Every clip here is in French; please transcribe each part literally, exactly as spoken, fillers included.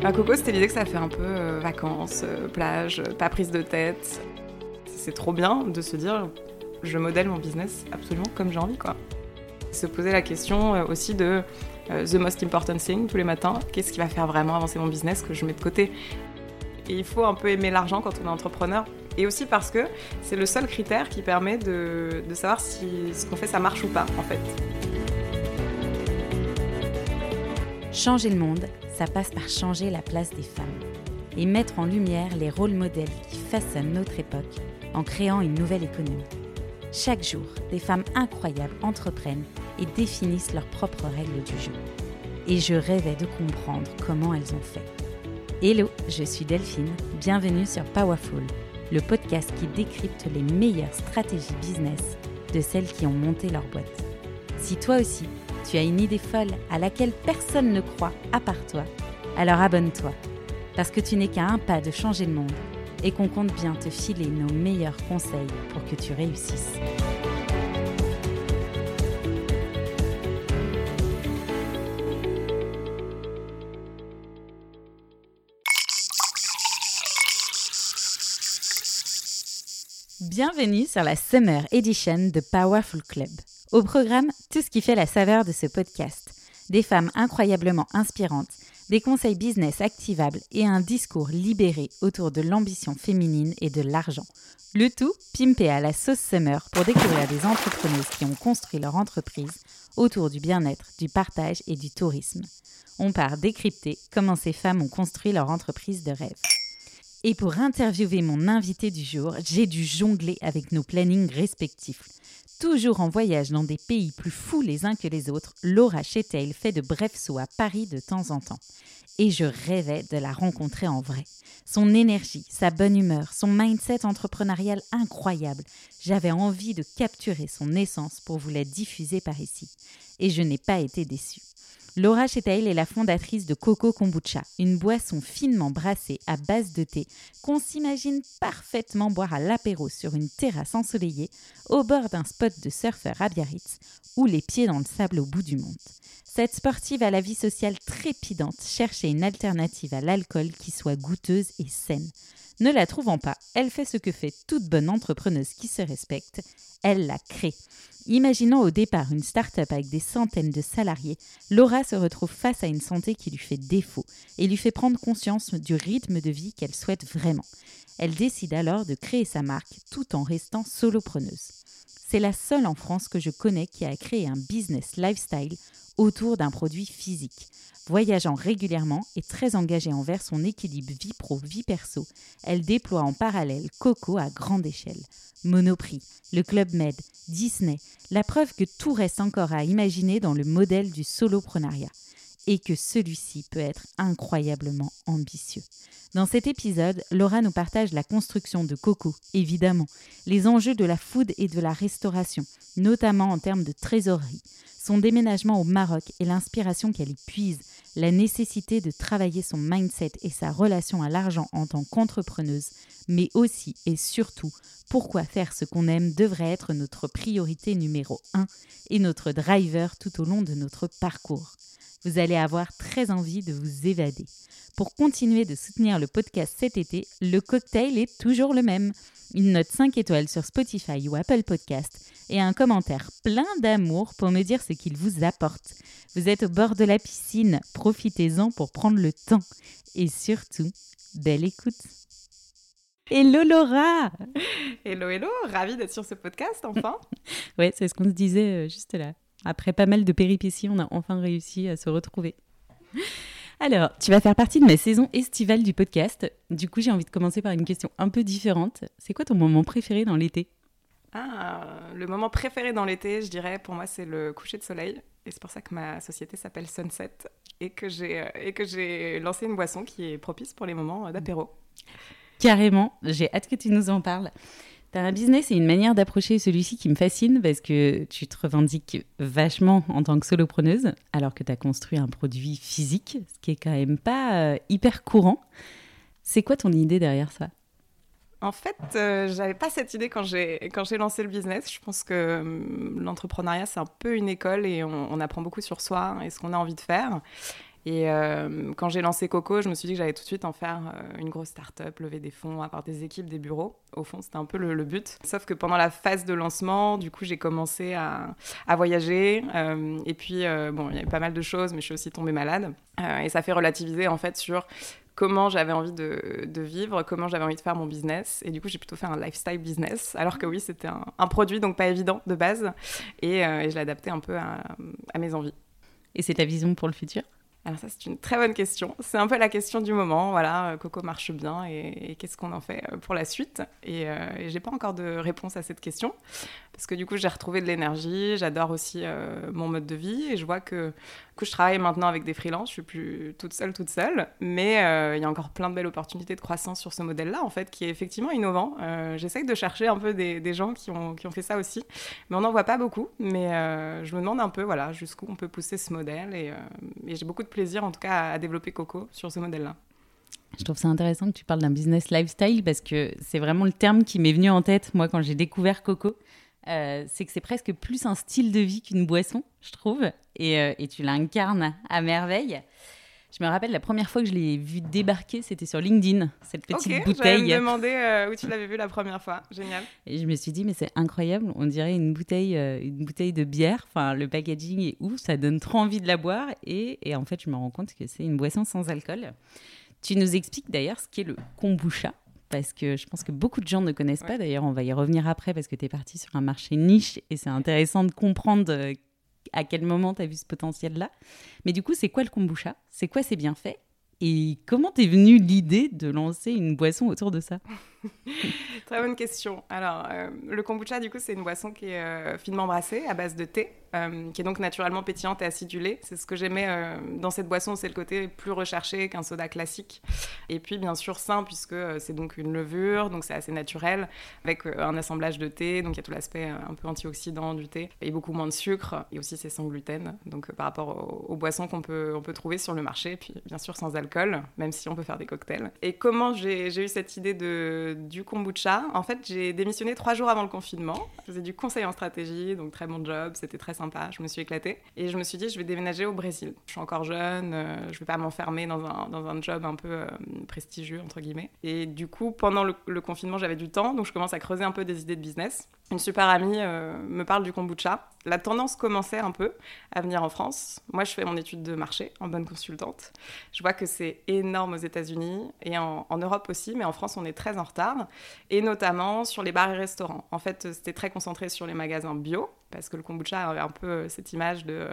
À Coco, c'était l'idée que ça fait un peu euh, vacances, euh, plage, euh, pas prise de tête. C'est trop bien de se dire, je modèle mon business absolument comme j'ai envie, quoi. Se poser la question euh, aussi de euh, the most important thing tous les matins, qu'est-ce qui va faire vraiment avancer mon business que je mets de côté. Et il faut un peu aimer l'argent quand on est entrepreneur. Et aussi parce que c'est le seul critère qui permet de, de savoir si ce qu'on fait, ça marche ou pas, en fait. Changer le monde, ça passe par changer la place des femmes et mettre en lumière les rôles modèles qui façonnent notre époque en créant une nouvelle économie. Chaque jour, des femmes incroyables entreprennent et définissent leurs propres règles du jeu. Et je rêvais de comprendre comment elles ont fait. Hello, je suis Delphine, bienvenue sur Powerful, le podcast qui décrypte les meilleures stratégies business de celles qui ont monté leur boîte. Si toi aussi, tu as une idée folle à laquelle personne ne croit à part toi, alors abonne-toi, parce que tu n'es qu'à un pas de changer le monde et qu'on compte bien te filer nos meilleurs conseils pour que tu réussisses. Bienvenue sur la Summer Edition de Powerful Club. Au programme, tout ce qui fait la saveur de ce podcast. Des femmes incroyablement inspirantes, des conseils business activables et un discours libéré autour de l'ambition féminine et de l'argent. Le tout pimpé à la sauce summer pour découvrir des entrepreneuses qui ont construit leur entreprise autour du bien-être, du partage et du tourisme. On part décrypter comment ces femmes ont construit leur entreprise de rêve. Et pour interviewer mon invité du jour, j'ai dû jongler avec nos plannings respectifs. Toujours en voyage dans des pays plus fous les uns que les autres, Laura Chetail fait de brefs sauts à Paris de temps en temps. Et je rêvais de la rencontrer en vrai. Son énergie, sa bonne humeur, son mindset entrepreneurial incroyable. J'avais envie de capturer son essence pour vous la diffuser par ici. Et je n'ai pas été déçue. Laura Chetail est la fondatrice de Coco Kombucha, une boisson finement brassée à base de thé qu'on s'imagine parfaitement boire à l'apéro sur une terrasse ensoleillée au bord d'un spot de surfeur à Biarritz ou les pieds dans le sable au bout du monde. Cette sportive à la vie sociale trépidante cherchait une alternative à l'alcool qui soit goûteuse et saine. Ne la trouvant pas, elle fait ce que fait toute bonne entrepreneuse qui se respecte, elle la crée. Imaginant au départ une start-up avec des centaines de salariés, Laura se retrouve face à une santé qui lui fait défaut et lui fait prendre conscience du rythme de vie qu'elle souhaite vraiment. Elle décide alors de créer sa marque tout en restant solopreneuse. C'est la seule en France que je connais qui a créé un business lifestyle autour d'un produit physique. Voyageant régulièrement et très engagée envers son équilibre vie pro-vie perso, elle déploie en parallèle Coco à grande échelle. Monoprix, le Club Med, Disney, la preuve que tout reste encore à imaginer dans le modèle du soloprenariat et que celui-ci peut être incroyablement ambitieux. Dans cet épisode, Laura nous partage la construction de Coco, évidemment, les enjeux de la food et de la restauration, notamment en termes de trésorerie, son déménagement au Maroc et l'inspiration qu'elle y puise, la nécessité de travailler son mindset et sa relation à l'argent en tant qu'entrepreneuse, mais aussi et surtout pourquoi faire ce qu'on aime devrait être notre priorité numéro un et notre driver tout au long de notre parcours. Vous allez avoir très envie de vous évader. Pour continuer de soutenir le podcast cet été, le cocktail est toujours le même. Une note cinq étoiles sur Spotify ou Apple Podcast et un commentaire plein d'amour pour me dire ce qu'il vous apporte. Vous êtes au bord de la piscine, profitez-en pour prendre le temps. Et surtout, belle écoute. Hello Laura! Hello, hello, ravie d'être sur ce podcast, enfin. Ouais, c'est ce qu'on se disait juste là. Après pas mal de péripéties, on a enfin réussi à se retrouver. Alors, tu vas faire partie de ma saison estivale du podcast. Du coup, j'ai envie de commencer par une question un peu différente. C'est quoi ton moment préféré dans l'été ? Ah, le moment préféré dans l'été, je dirais, pour moi, c'est le coucher de soleil. Et c'est pour ça que ma société s'appelle Sunset et que j'ai, et que j'ai lancé une boisson qui est propice pour les moments d'apéro. Carrément, j'ai hâte que tu nous en parles. Tu as un business et une manière d'approcher celui-ci qui me fascine parce que tu te revendiques vachement en tant que solopreneuse alors que tu as construit un produit physique, ce qui est quand même pas euh, hyper courant. C'est quoi ton idée derrière ça ? En fait, euh, j'avais pas cette idée quand j'ai, quand j'ai lancé le business. Je pense que euh, l'entrepreneuriat, c'est un peu une école et on, on apprend beaucoup sur soi et ce qu'on a envie de faire. Et euh, quand j'ai lancé Coco, je me suis dit que j'allais tout de suite en faire euh, une grosse start-up, lever des fonds, avoir des équipes, des bureaux. Au fond, c'était un peu le, le but. Sauf que pendant la phase de lancement, du coup, j'ai commencé à, à voyager. Euh, et puis, euh, bon, il y avait pas mal de choses, mais je suis aussi tombée malade. Euh, et ça fait relativiser, en fait, sur comment j'avais envie de, de vivre, comment j'avais envie de faire mon business. Et du coup, j'ai plutôt fait un lifestyle business. Alors que oui, c'était un, un produit, donc pas évident de base. Et, euh, et je l'ai adapté un peu à, à mes envies. Et c'est ta vision pour le futur ? Alors ça, c'est une très bonne question. C'est un peu la question du moment. Voilà, Coco marche bien et, et qu'est-ce qu'on en fait pour la suite ? Et, euh, et j'ai pas encore de réponse à cette question parce que du coup, j'ai retrouvé de l'énergie. J'adore aussi euh, mon mode de vie et je vois que, que je travaille maintenant avec des freelances. Je suis plus toute seule, toute seule. Mais euh, il y a encore plein de belles opportunités de croissance sur ce modèle-là, en fait, qui est effectivement innovant. Euh, j'essaye de chercher un peu des, des gens qui ont, qui ont fait ça aussi. Mais on n'en voit pas beaucoup. Mais euh, je me demande un peu, voilà, jusqu'où on peut pousser ce modèle. Et, euh, et j'ai beaucoup de plaisir en tout cas à développer Coco sur ce modèle-là. Je trouve ça intéressant que tu parles d'un business lifestyle parce que c'est vraiment le terme qui m'est venu en tête moi quand j'ai découvert Coco. Euh, c'est que c'est presque plus un style de vie qu'une boisson, je trouve, et, euh, et tu l'incarnes à merveille. Je me rappelle la première fois que je l'ai vu débarquer, c'était sur LinkedIn, cette petite okay, bouteille. Ok, j'allais me demander euh, où tu l'avais vu la première fois. Génial. Et je me suis dit, mais c'est incroyable, on dirait une bouteille, euh, une bouteille de bière. Enfin, le packaging est ouf, ça donne trop envie de la boire. Et, et en fait, je me rends compte que c'est une boisson sans alcool. Tu nous expliques d'ailleurs ce qu'est le kombucha, parce que je pense que beaucoup de gens ne connaissent ouais. pas. D'ailleurs, on va y revenir après, parce que tu es partie sur un marché niche et c'est intéressant de comprendre euh, à quel moment tu as vu ce potentiel-là. Mais du coup, c'est quoi le kombucha ? C'est quoi ses bienfaits ? Et comment t'es venue l'idée de lancer une boisson autour de ça ? Très bonne question. Alors, euh, le kombucha, du coup, c'est une boisson qui est euh, finement brassée à base de thé, euh, qui est donc naturellement pétillante et acidulée. C'est ce que j'aimais euh, dans cette boisson, c'est le côté plus recherché qu'un soda classique. Et puis, bien sûr, sain, puisque euh, c'est donc une levure, donc c'est assez naturel, avec euh, un assemblage de thé, donc il y a tout l'aspect euh, un peu antioxydant du thé, et beaucoup moins de sucre, et aussi c'est sans gluten, donc euh, par rapport aux, aux boissons qu'on peut, on peut trouver sur le marché, puis bien sûr sans alcool, même si on peut faire des cocktails. Et comment j'ai, j'ai eu cette idée de, du kombucha ? En fait, j'ai démissionné trois jours avant le confinement. Je faisais du conseil en stratégie, donc très bon job, c'était très sympa, je me suis éclatée. Et je me suis dit, je vais déménager au Brésil. Je suis encore jeune, euh, je ne vais pas m'enfermer dans un, dans un job un peu euh, prestigieux, entre guillemets. Et du coup, pendant le, le confinement, j'avais du temps, donc je commence à creuser un peu des idées de business. Une super amie euh, me parle du kombucha. La tendance commençait un peu à venir en France. Moi, je fais mon étude de marché en bonne consultante. Je vois que c'est énorme aux États-Unis et en, en Europe aussi, mais en France, on est très en retard. Et notamment sur les bars et restaurants. En fait, c'était très concentré sur les magasins bio, parce que le kombucha avait un peu cette image de...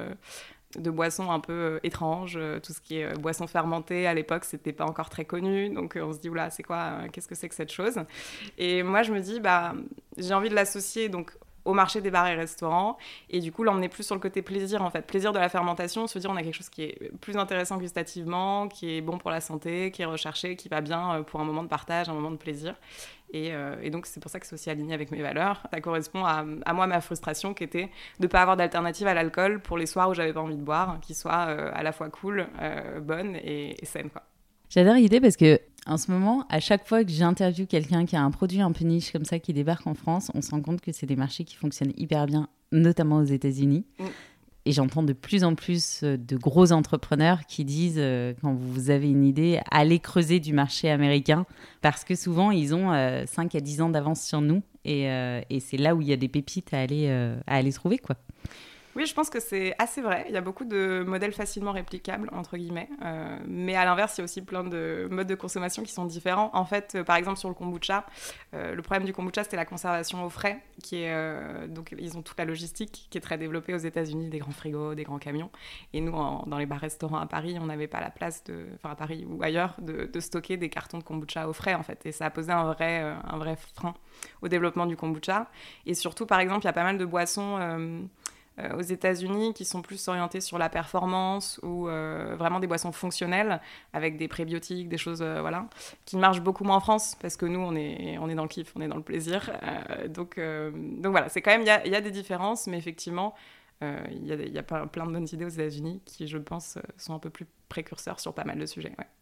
de boissons un peu euh, étranges, euh, tout ce qui est euh, boissons fermentées, à l'époque, c'était pas encore très connu, donc euh, on se dit, oula, c'est quoi, euh, qu'est-ce que c'est que cette chose ? Et moi, je me dis, bah, j'ai envie de l'associer, donc, au marché des bars et restaurants, et du coup l'emmener plus sur le côté plaisir en fait, plaisir de la fermentation, se dire on a quelque chose qui est plus intéressant gustativement, qui est bon pour la santé, qui est recherché, qui va bien pour un moment de partage, un moment de plaisir. Et, euh, et donc c'est pour ça que c'est aussi aligné avec mes valeurs. Ça correspond à, à moi, ma frustration qui était de ne pas avoir d'alternative à l'alcool pour les soirs où j'avais pas envie de boire, qui soit euh, à la fois cool, euh, bonne et, et saine quoi. J'adore l'idée parce que en ce moment, à chaque fois que j'interviewe quelqu'un qui a un produit un peu niche comme ça qui débarque en France, on se rend compte que c'est des marchés qui fonctionnent hyper bien, notamment aux États-Unis. Mm. Et j'entends de plus en plus de gros entrepreneurs qui disent, euh, quand vous avez une idée, allez creuser du marché américain parce que souvent, ils ont euh, cinq à dix ans d'avance sur nous et, euh, et c'est là où il y a des pépites à aller, euh, à aller trouver, quoi. Oui, je pense que c'est assez vrai. Il y a beaucoup de modèles facilement réplicables, entre guillemets. Euh, mais à l'inverse, il y a aussi plein de modes de consommation qui sont différents. En fait, euh, par exemple, sur le kombucha, euh, le problème du kombucha, c'était la conservation au frais. Qui est, euh, donc, ils ont toute la logistique qui est très développée aux États-Unis, des grands frigos, des grands camions. Et nous, en, dans les bars-restaurants à Paris, on n'avait pas la place, de, enfin à Paris ou ailleurs, de, de stocker des cartons de kombucha au frais, en fait. Et ça a posé un vrai, euh, un vrai frein au développement du kombucha. Et surtout, par exemple, il y a pas mal de boissons... Euh, Euh, aux États-Unis qui sont plus orientés sur la performance ou euh, vraiment des boissons fonctionnelles avec des prébiotiques, des choses euh, voilà, qui marchent beaucoup moins en France parce que nous on est, on est dans le kiff, on est dans le plaisir. Euh, donc, euh, donc voilà, c'est quand même, il y a, y a des différences, mais effectivement, il euh, y, y a plein de bonnes idées aux États-Unis qui, je pense, sont un peu plus précurseurs sur pas mal de sujets. Ouais.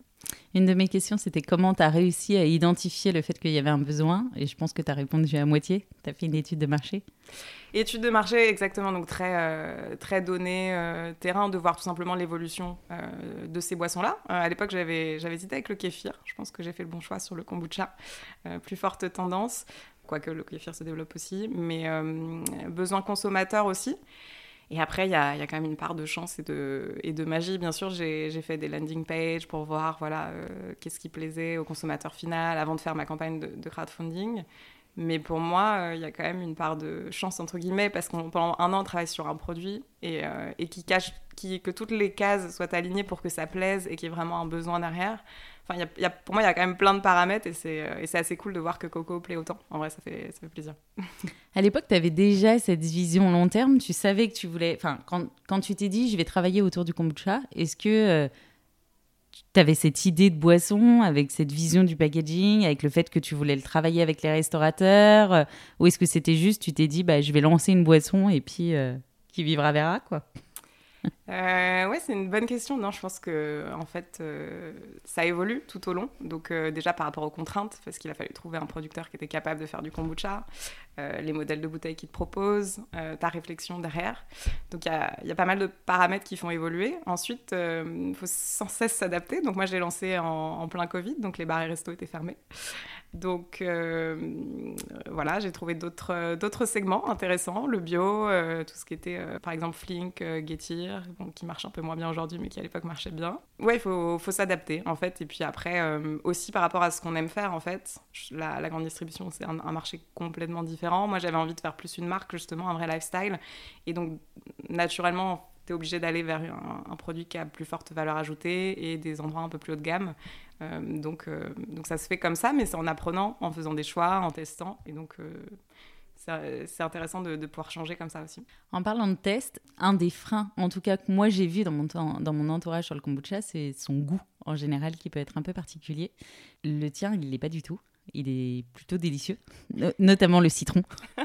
Une de mes questions, c'était comment tu as réussi à identifier le fait qu'il y avait un besoin. Et je pense que tu as répondu à moitié. Tu as fait une étude de marché. Étude de marché, exactement, donc très, euh, très donné euh, terrain, de voir tout simplement l'évolution euh, de ces boissons-là. Euh, à l'époque, j'avais, j'avais hésité avec le kéfir. Je pense que j'ai fait le bon choix sur le kombucha. Euh, plus forte tendance, quoique le kéfir se développe aussi, mais euh, besoin consommateur aussi. Et après, il y a, y a quand même une part de chance et de, et de magie. Bien sûr, j'ai, j'ai fait des landing pages pour voir voilà, euh, qu'est-ce qui plaisait au consommateur final avant de faire ma campagne de, de crowdfunding. Mais pour moi, il euh, y a quand même une part de chance, entre guillemets, parce qu'on pendant un an, on travaille sur un produit et, euh, et qui cache, qui, que toutes les cases soient alignées pour que ça plaise et qu'il y ait vraiment un besoin derrière. Enfin, y a, y a, pour moi, il y a quand même plein de paramètres et c'est, euh, et c'est assez cool de voir que Coco plaît autant. En vrai, ça fait, ça fait plaisir. À l'époque, tu avais déjà cette vision long terme. Tu savais que tu voulais... Enfin, quand, quand tu t'es dit, je vais travailler autour du kombucha, est-ce que... Euh... tu avais cette idée de boisson, avec cette vision du packaging, avec le fait que tu voulais le travailler avec les restaurateurs euh, ou est-ce que c'était juste, tu t'es dit, bah, je vais lancer une boisson et puis euh, qui vivra verra, quoi. Euh, ouais, c'est une bonne question. Non, je pense que en fait, euh, ça évolue tout au long. Donc euh, déjà par rapport aux contraintes, parce qu'il a fallu trouver un producteur qui était capable de faire du kombucha, euh, les modèles de bouteilles qu'il te propose, euh, ta réflexion derrière. Donc il y a, y a pas mal de paramètres qui font évoluer. Ensuite, il euh, faut sans cesse s'adapter. Donc moi, je l'ai lancé en, en plein Covid, donc les bars et restos étaient fermés. Donc euh, voilà, j'ai trouvé d'autres, d'autres segments intéressants, le bio, euh, tout ce qui était euh, par exemple Flink, euh, Getir, bon, qui marche un peu moins bien aujourd'hui mais qui à l'époque marchait bien. Ouais, il faut, faut s'adapter en fait, et puis après euh, aussi par rapport à ce qu'on aime faire en fait, la, la grande distribution c'est un, un marché complètement différent. Moi j'avais envie de faire plus une marque justement, un vrai lifestyle, et donc naturellement t'es obligé d'aller vers un, un produit qui a plus forte valeur ajoutée et des endroits un peu plus haut de gamme. Euh, donc, euh, donc ça se fait comme ça, mais c'est en apprenant, en faisant des choix, en testant. Et donc euh, c'est, c'est intéressant de, de pouvoir changer comme ça aussi. En parlant de test, un des freins, en tout cas que moi j'ai vu dans mon, temps, dans mon entourage sur le kombucha, c'est son goût en général qui peut être un peu particulier. Le tien, il ne l'est pas du tout. Il est plutôt délicieux, no- notamment le citron.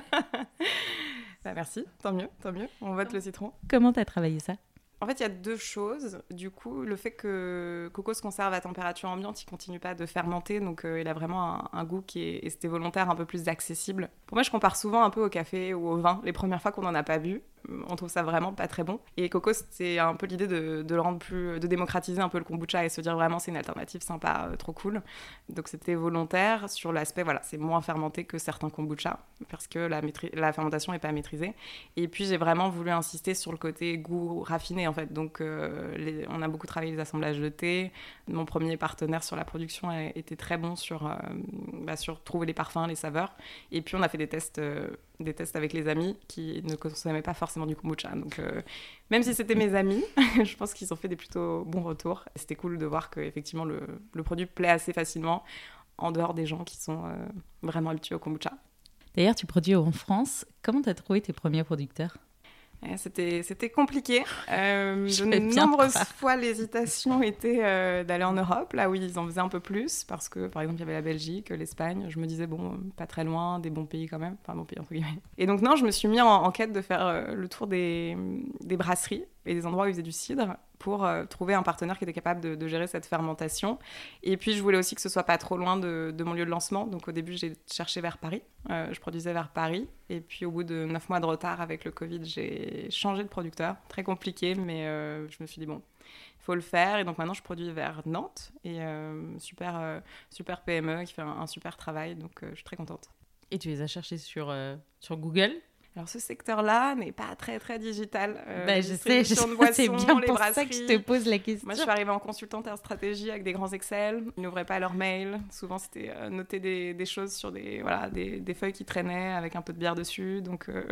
Bah merci, tant mieux, tant mieux, on vote le citron. Comment tu as travaillé ça ? En fait, il y a deux choses. Du coup, le fait que Coco se conserve à température ambiante, il continue pas de fermenter, donc euh, il a vraiment un, un goût qui est, et c'était volontaire, un peu plus accessible. Pour moi, je compare souvent un peu au café ou au vin. Les premières fois qu'on n'en a pas bu, on trouve ça vraiment pas très bon. Et Coco, c'est un peu l'idée de, de le rendre plus, de démocratiser un peu le kombucha et se dire vraiment c'est une alternative sympa, euh, trop cool. Donc c'était volontaire sur l'aspect, voilà, c'est moins fermenté que certains kombucha parce que la, maîtrise, la fermentation est pas maîtrisée. Et puis j'ai vraiment voulu insister sur le côté goût raffiné en fait. Donc euh, les, on a beaucoup travaillé les assemblages de thé. Mon premier partenaire sur la production a été très bon sur, euh, bah, sur trouver les parfums, les saveurs. Et puis on a fait des tests. Euh, des tests avec les amis qui ne consommaient pas forcément du kombucha. Donc, euh, même si c'était mes amis, je pense qu'ils ont fait des plutôt bons retours. Et c'était cool de voir qu'effectivement, le, le produit plaît assez facilement en dehors des gens qui sont euh, vraiment habitués au kombucha. D'ailleurs, tu produis en France. Comment tu as trouvé tes premiers producteurs ? C'était, c'était compliqué. Euh, de nombreuses fois, l'hésitation était euh, d'aller en Europe, là où ils en faisaient un peu plus, parce que, par exemple, il y avait la Belgique, l'Espagne. Je me disais, bon, pas très loin, des bons pays quand même. Enfin, bons pays, entre guillemets. Et donc, non, je me suis mis en, en quête de faire euh, le tour des, des brasseries et des endroits où ils faisaient du cidre pour euh, trouver un partenaire qui était capable de, de gérer cette fermentation. Et puis, je voulais aussi que ce soit pas trop loin de, de mon lieu de lancement. Donc, au début, j'ai cherché vers Paris. Euh, je produisais vers Paris. Et puis, au bout de neuf mois de retard avec le Covid, j'ai changé de producteur. Très compliqué, mais euh, je me suis dit, bon, il faut le faire. Et donc, maintenant, je produis vers Nantes. Et euh, super, euh, super P M E qui fait un, un super travail. Donc, euh, je suis très contente. Et tu les as cherchés sur, euh, sur Google ? Alors, ce secteur-là n'est pas très, très digital. Euh, bah, je sais, je sais boissons, c'est bien les pour brasseries. ça que je te pose la question. Moi, je suis arrivée en consultante en stratégie avec des grands Excel. Ils n'ouvraient pas leurs mails. Souvent, c'était euh, noter des, des choses sur des, voilà, des, des feuilles qui traînaient avec un peu de bière dessus. Donc, euh...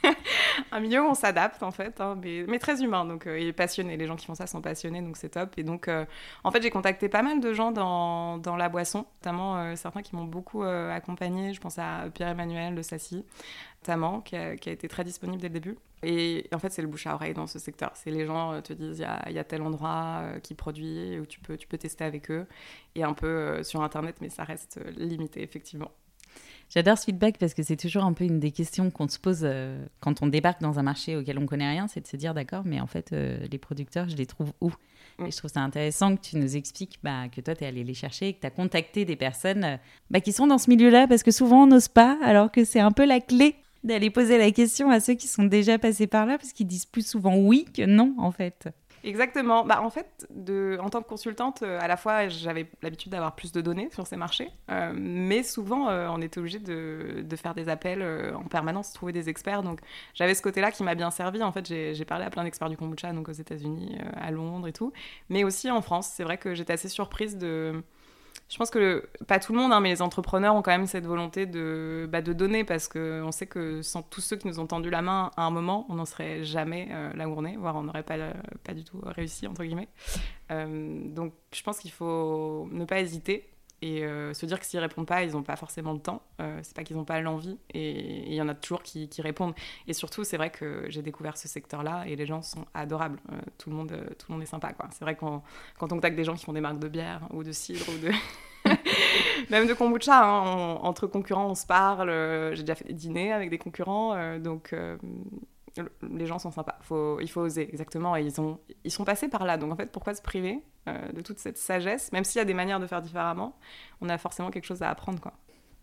un milieu où on s'adapte, en fait, hein, mais, mais très humain. Donc, euh, et passionné. Les gens qui font ça sont passionnés, donc c'est top. Et donc, euh, en fait, j'ai contacté pas mal de gens dans, dans la boisson, notamment euh, certains qui m'ont beaucoup euh, accompagnée. Je pense à Pierre-Emmanuel de Sassy, notamment, qui a, qui a été très disponible dès le début. Et en fait, c'est le bouche à oreille dans ce secteur. C'est les gens euh, te disent, il y, y a tel endroit euh, qui produit, où tu peux, tu peux tester avec eux. Et un peu euh, sur Internet, mais ça reste euh, limité, effectivement. J'adore ce feedback parce que c'est toujours un peu une des questions qu'on se pose euh, quand on débarque dans un marché auquel on ne connaît rien, c'est de se dire d'accord, mais en fait, euh, les producteurs, je les trouve où ? mmh. Et je trouve ça intéressant que tu nous expliques bah, que toi, tu es allé les chercher, que tu as contacté des personnes euh, bah, qui sont dans ce milieu-là parce que souvent, on n'ose pas, alors que c'est un peu la clé d'aller poser la question à ceux qui sont déjà passés par là parce qu'ils disent plus souvent oui que non, en fait. Exactement. Bah, en fait, de, en tant que consultante, euh, à la fois, j'avais l'habitude d'avoir plus de données sur ces marchés, euh, mais souvent, euh, on était obligé de, de faire des appels euh, en permanence, trouver des experts. Donc, j'avais ce côté-là qui m'a bien servi. En fait, j'ai, j'ai parlé à plein d'experts du kombucha, donc aux États-Unis, euh, à Londres et tout, mais aussi en France. C'est vrai que j'étais assez surprise de... Je pense que, le, pas tout le monde, hein, mais les entrepreneurs ont quand même cette volonté de, bah, de donner, parce qu'on sait que sans tous ceux qui nous ont tendu la main à un moment, on n'en serait jamais euh, là où on est, voire on n'aurait pas, euh, pas du tout réussi, entre guillemets. Euh, donc je pense qu'il faut ne pas hésiter et euh, se dire que s'ils ne répondent pas, ils n'ont pas forcément le temps. Euh, c'est pas qu'ils n'ont pas l'envie, et il y en a toujours qui, qui répondent. Et surtout, c'est vrai que j'ai découvert ce secteur-là et les gens sont adorables. Euh, tout, le monde, euh, tout le monde est sympa, quoi. C'est vrai que quand, quand on contacte des gens qui font des marques de bière ou de cidre ou de... même de kombucha, hein, on, entre concurrents, on se parle. Euh, j'ai déjà fait des dîners avec des concurrents, euh, donc euh, les gens sont sympas. Faut, il faut oser, exactement. Et ils, ont, ils sont passés par là. Donc en fait, pourquoi se priver euh, de toute cette sagesse ? Même s'il y a des manières de faire différemment, on a forcément quelque chose à apprendre, quoi.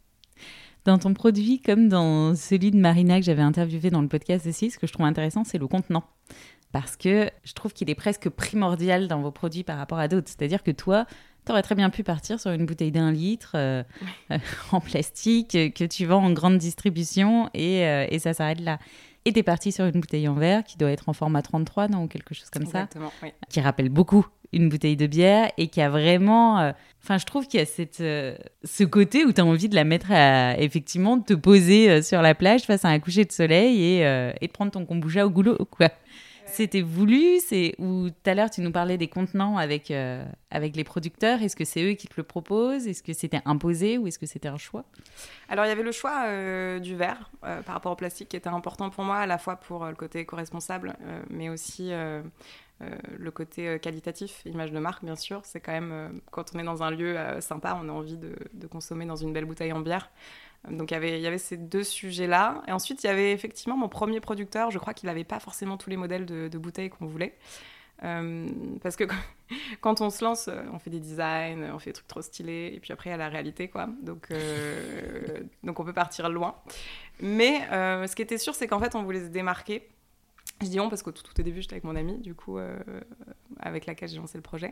Dans ton produit, comme dans celui de Marina que j'avais interviewé dans le podcast aussi, ce que je trouve intéressant, c'est le contenant. Parce que je trouve qu'il est presque primordial dans vos produits par rapport à d'autres. C'est-à-dire que toi, tu aurais très bien pu partir sur une bouteille d'un litre euh, euh, en plastique euh, que tu vends en grande distribution et, euh, et ça s'arrête là. Et tu es parti sur une bouteille en verre qui doit être en format trente-trois, non, ou quelque chose comme Exactement, ça, oui. Qui rappelle beaucoup une bouteille de bière et qui a vraiment... Enfin, euh, je trouve qu'il y a cette, euh, ce côté où tu as envie de la mettre à, effectivement, te poser euh, sur la plage face à un coucher de soleil et, euh, et de prendre ton kombucha au goulot, quoi. C'était voulu, c'est ou tout à l'heure tu nous parlais des contenants avec euh, avec les producteurs. Est-ce que c'est eux qui te le proposent ? Est-ce que c'était imposé ou est-ce que c'était un choix ? Alors il y avait le choix euh, du verre euh, par rapport au plastique qui était important pour moi, à la fois pour euh, le côté éco-responsable, euh, mais aussi euh, euh, le côté euh, qualitatif, image de marque bien sûr. C'est quand même euh, quand on est dans un lieu euh, sympa, on a envie de, de consommer dans une belle bouteille en bière. Donc il y avait, il y avait ces deux sujets-là. Et ensuite, il y avait effectivement mon premier producteur. Je crois qu'il n'avait pas forcément tous les modèles de, de bouteilles qu'on voulait. Euh, parce que quand on se lance, on fait des designs, on fait des trucs trop stylés. Et puis après, il y a la réalité, quoi. Donc, euh, donc on peut partir loin. Mais euh, ce qui était sûr, c'est qu'en fait, on voulait se démarquer. Je dis on parce qu'au tout, tout au début, j'étais avec mon amie, du coup, euh, avec laquelle j'ai lancé le projet.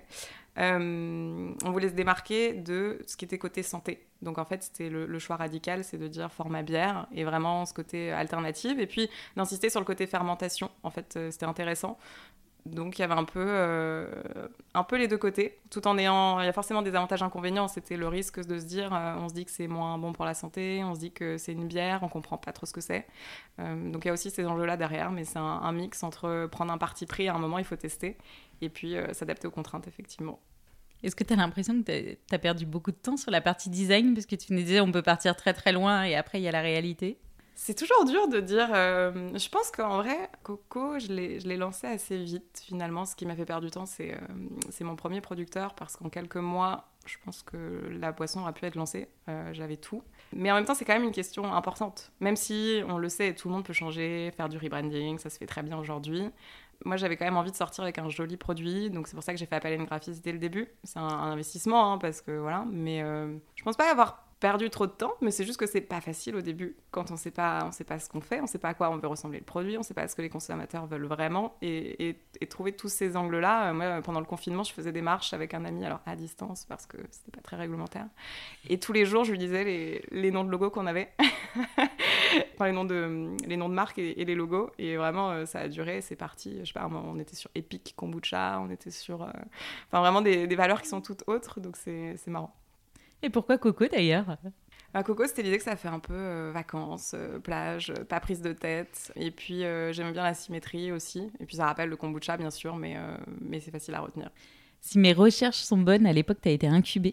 Euh, on voulait se démarquer de ce qui était côté santé. Donc, en fait, c'était le, le choix radical, c'est de dire format bière et vraiment ce côté alternative. Et puis, d'insister sur le côté fermentation. En fait, euh, c'était intéressant. Donc, il y avait un peu, euh, un peu les deux côtés, tout en ayant... Il y a forcément des avantages et inconvénients. C'était le risque de se dire, euh, on se dit que c'est moins bon pour la santé, on se dit que c'est une bière, on comprend pas trop ce que c'est. Euh, donc, il y a aussi ces enjeux-là derrière, mais c'est un, un mix entre prendre un parti pris, à un moment, il faut tester, et puis euh, s'adapter aux contraintes, effectivement. Est-ce que tu as l'impression que tu as perdu beaucoup de temps sur la partie design, parce que tu nous disais on peut partir très très loin, et après, il y a la réalité ? C'est toujours dur de dire... Euh, je pense qu'en vrai, Coco, je l'ai, je l'ai lancé assez vite, finalement. Ce qui m'a fait perdre du temps, c'est, euh, c'est mon premier producteur, parce qu'en quelques mois, je pense que la boisson aurait pu être lancée. Euh, j'avais tout. Mais en même temps, c'est quand même une question importante. Même si, on le sait, tout le monde peut changer, faire du rebranding, ça se fait très bien aujourd'hui. Moi, j'avais quand même envie de sortir avec un joli produit, donc c'est pour ça que j'ai fait appel à une graphiste dès le début. C'est un, un investissement, hein, parce que voilà. Mais euh, je pense pas avoir perdu trop de temps, mais c'est juste que c'est pas facile au début quand on sait pas, on sait pas ce qu'on fait, on sait pas à quoi on veut ressembler le produit, on sait pas ce que les consommateurs veulent vraiment, et, et, et trouver tous ces angles-là. Moi, pendant le confinement, je faisais des marches avec un ami, alors à distance parce que c'était pas très réglementaire, et tous les jours, je lui disais les, les noms de logos qu'on avait, enfin les noms de les noms de marques et, et les logos, et vraiment ça a duré, c'est parti. Je sais pas, on était sur Epic Kombucha, on était sur, euh, enfin vraiment des, des valeurs qui sont toutes autres, donc c'est, c'est marrant. Et pourquoi Coco d'ailleurs ? À Coco, c'était l'idée que ça fait un peu euh, vacances, euh, plage, euh, pas prise de tête. Et puis, euh, j'aime bien la symétrie aussi. Et puis, ça rappelle le kombucha, bien sûr, mais, euh, mais c'est facile à retenir. Si mes recherches sont bonnes, à l'époque, tu as été incubée.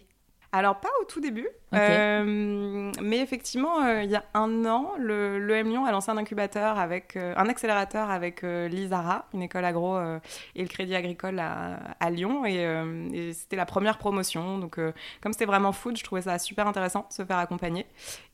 Alors, pas au tout début, Okay. euh, mais effectivement, euh, il y a un an, le, l'E M Lyon a lancé un incubateur, avec, euh, un accélérateur avec euh, l'ISARA, une école agro, euh, et le Crédit Agricole à, à Lyon, et, euh, et c'était la première promotion. Donc, euh, comme c'était vraiment food, je trouvais ça super intéressant de se faire accompagner,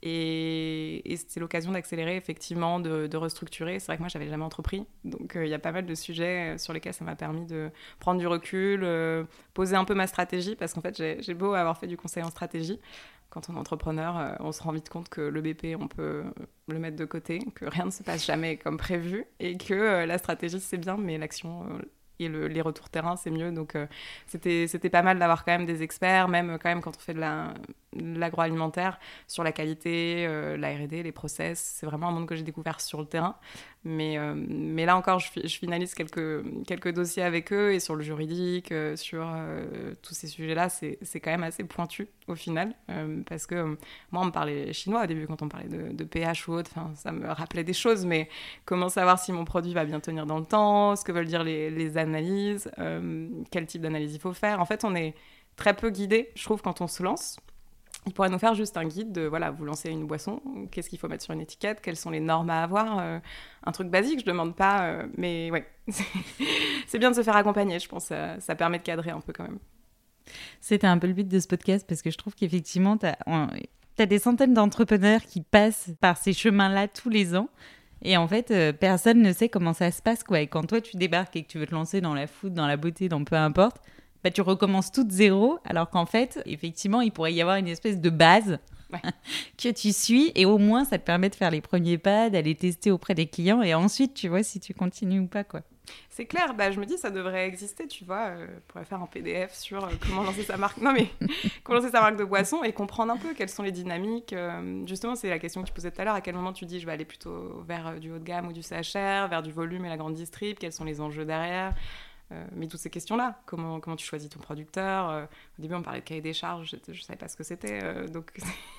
et, et c'était l'occasion d'accélérer, effectivement, de, de restructurer. C'est vrai que moi, j'avais jamais entrepris, donc euh, il y a pas mal de sujets sur lesquels ça m'a permis de prendre du recul, euh, poser un peu ma stratégie, parce qu'en fait, j'ai, j'ai beau avoir fait du conseil en stratégie. Quand on est entrepreneur, euh, on se rend vite compte que le B P, on peut le mettre de côté, que rien ne se passe jamais comme prévu, et que euh, la stratégie, c'est bien, mais l'action euh, et le, les retours terrain, c'est mieux. Donc, euh, c'était, c'était pas mal d'avoir quand même des experts, même quand même quand on fait de, la, de l'agroalimentaire, sur la qualité, euh, la R et D, les process. C'est vraiment un monde que j'ai découvert sur le terrain. Mais, euh, mais là encore, je, je finalise quelques, quelques dossiers avec eux, et sur le juridique, euh, sur euh, tous ces sujets-là, c'est, c'est quand même assez pointu au final. Euh, parce que euh, moi, on me parlait chinois au début quand on parlait de, de pH ou autre. Enfin, ça me rappelait des choses, mais comment savoir si mon produit va bien tenir dans le temps, ce que veulent dire les, les analyses, euh, quel type d'analyse il faut faire. En fait, on est très peu guidé, je trouve, quand on se lance. Il pourrait nous faire juste un guide de, voilà, vous lancez une boisson, qu'est-ce qu'il faut mettre sur une étiquette, quelles sont les normes à avoir, euh, un truc basique, je demande pas, euh, mais ouais, c'est, c'est bien de se faire accompagner, je pense, ça, ça permet de cadrer un peu quand même. C'était un peu le but de ce podcast parce que je trouve qu'effectivement, tu as des centaines d'entrepreneurs qui passent par ces chemins-là tous les ans. Et en fait, euh, personne ne sait comment ça se passe, quoi. Et quand toi, tu débarques et que tu veux te lancer dans la food, dans la beauté, dans peu importe, bah, tu recommences tout de zéro, alors qu'en fait, effectivement, il pourrait y avoir une espèce de base ouais. que tu suis, et au moins, ça te permet de faire les premiers pas, d'aller tester auprès des clients, et ensuite, tu vois si tu continues ou pas, quoi. C'est clair, bah, je me dis ça devrait exister, tu vois, euh, on pourrait faire un P D F sur euh, comment lancer sa marque, non mais comment lancer sa marque de boisson et comprendre un peu quelles sont les dynamiques. Euh, justement, c'est la question que tu posais tout à l'heure, à quel moment tu dis je vais aller plutôt vers euh, du haut de gamme ou du C H R, vers du volume et la grande distrib, quels sont les enjeux derrière. Euh, mais toutes ces questions-là, comment, comment tu choisis ton producteur, euh, au début on parlait de cahier des charges, je ne savais pas ce que c'était, euh, donc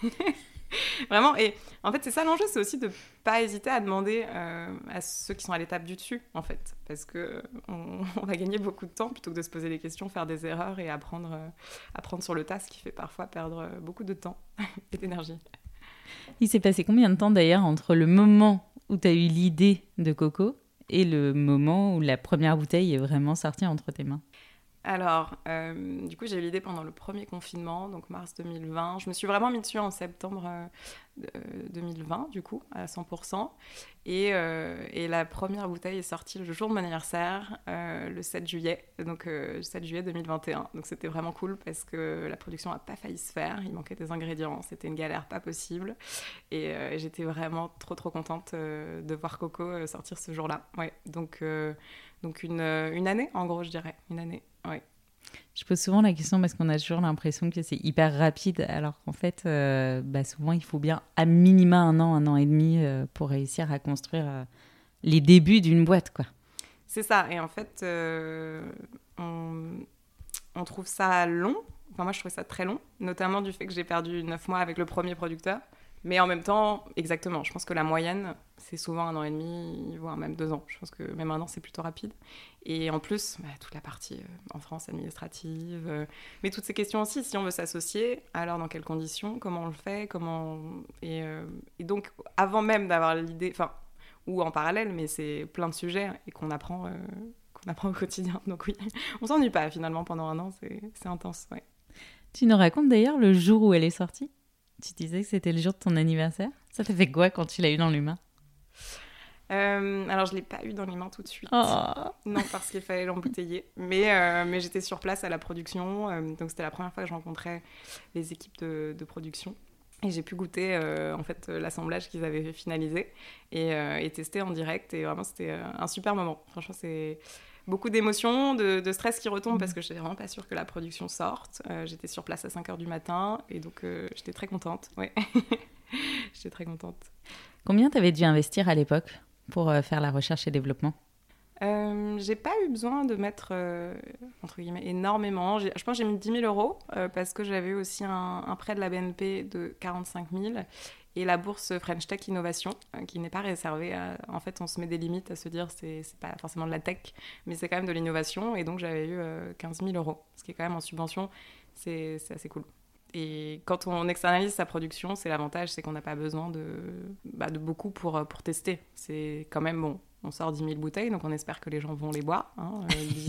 vraiment, et en fait c'est ça l'enjeu, c'est aussi de ne pas hésiter à demander euh, à ceux qui sont à l'étape du dessus, en fait, parce qu'on on va gagner beaucoup de temps plutôt que de se poser des questions, faire des erreurs et apprendre, euh, apprendre sur le tas, ce qui fait parfois perdre beaucoup de temps et d'énergie. Il s'est passé combien de temps d'ailleurs entre le moment où tu as eu l'idée de Coco et le moment où la première bouteille est vraiment sortie entre tes mains? Alors, euh, du coup, j'ai eu l'idée pendant le premier confinement, donc mars deux mille vingt. Je me suis vraiment mis dessus en septembre euh, deux mille vingt, du coup, à cent pour cent. Et, euh, et la première bouteille est sortie le jour de mon anniversaire, euh, le sept juillet, donc euh, sept juillet deux mille vingt et un. Donc c'était vraiment cool parce que la production n'a pas failli se faire, il manquait des ingrédients, c'était une galère pas possible. Et euh, j'étais vraiment trop trop contente euh, de voir Coco sortir ce jour-là. Ouais, donc, euh, donc une, une année, en gros, je dirais, une année. Ouais. Je pose souvent la question parce qu'on a toujours l'impression que c'est hyper rapide, alors qu'en fait, euh, bah souvent, il faut bien à minima un an, un an et demi euh, pour réussir à construire euh, les débuts d'une boîte, quoi. C'est ça. Et en fait, euh, on, on trouve ça long. Enfin, moi, je trouvais ça très long, notamment du fait que j'ai perdu neuf mois avec le premier producteur. Mais en même temps, exactement, je pense que la moyenne, c'est souvent un an et demi, voire même deux ans. Je pense que même un an, c'est plutôt rapide. Et en plus, bah, toute la partie euh, en France administrative, euh, mais toutes ces questions aussi, si on veut s'associer, alors dans quelles conditions, comment on le fait, comment... Et, euh, et donc, avant même d'avoir l'idée, enfin, ou en parallèle, mais c'est plein de sujets et qu'on apprend, euh, qu'on apprend au quotidien. Donc oui, on s'ennuie pas finalement pendant un an, c'est, c'est intense, ouais. Tu nous racontes d'ailleurs le jour où elle est sortie ? Tu disais que c'était le jour de ton anniversaire. Ça t'a fait quoi quand tu l'as eu dans les mains ? euh, Alors, je ne l'ai pas eu dans les mains tout de suite. Oh. Non, parce qu'il fallait l'embouteiller. Mais, euh, mais j'étais sur place à la production. Euh, donc, c'était la première fois que je rencontrais les équipes de, de production. Et j'ai pu goûter euh, en fait, l'assemblage qu'ils avaient finalisé et, euh, et tester en direct. Et vraiment, c'était euh, un super moment. Franchement, c'est... beaucoup d'émotions, de, de stress qui retombe mmh. parce que je n'étais vraiment pas sûre que la production sorte. Euh, j'étais sur place à cinq heures du matin et donc euh, j'étais très contente. Ouais. J'étais très contente. Combien t'avais dû investir à l'époque pour euh, faire la recherche et développement ? Euh, j'ai pas eu besoin de mettre, euh, entre guillemets, énormément. J'ai, je pense que j'ai mis dix mille euros euh, parce que j'avais eu aussi un, un prêt de la B N P de quarante-cinq mille et la bourse French Tech Innovation euh, qui n'est pas réservée à... En fait, on se met des limites à se dire c'est, c'est pas forcément de la tech, mais c'est quand même de l'innovation. Et donc, j'avais eu euh, quinze mille euros, ce qui est quand même en subvention, c'est, c'est assez cool. Et quand on externalise sa production, c'est l'avantage, c'est qu'on n'a pas besoin de, bah, de beaucoup pour, pour tester. C'est quand même bon. On sort dix mille bouteilles, donc on espère que les gens vont les boire. Hein.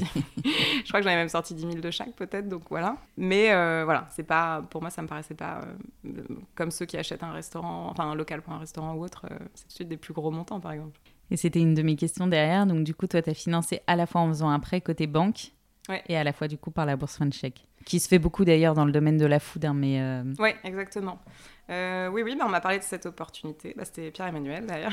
Je crois que j'en ai même sorti dix mille de chaque, peut-être, donc voilà. Mais euh, voilà, c'est pas, pour moi, ça me paraissait pas euh, comme ceux qui achètent un restaurant, enfin un local pour un restaurant ou autre, euh, c'est tout de suite des plus gros montants, par exemple. Et c'était une de mes questions derrière. Donc du coup, toi, tu as financé à la fois en faisant un prêt côté banque ouais. et à la fois du coup par la bourse FriendCheck, qui se fait beaucoup d'ailleurs dans le domaine de la food. Hein, mais euh... Oui, exactement. Euh, oui, oui, bah, on m'a parlé de cette opportunité. Bah, c'était Pierre-Emmanuel d'ailleurs.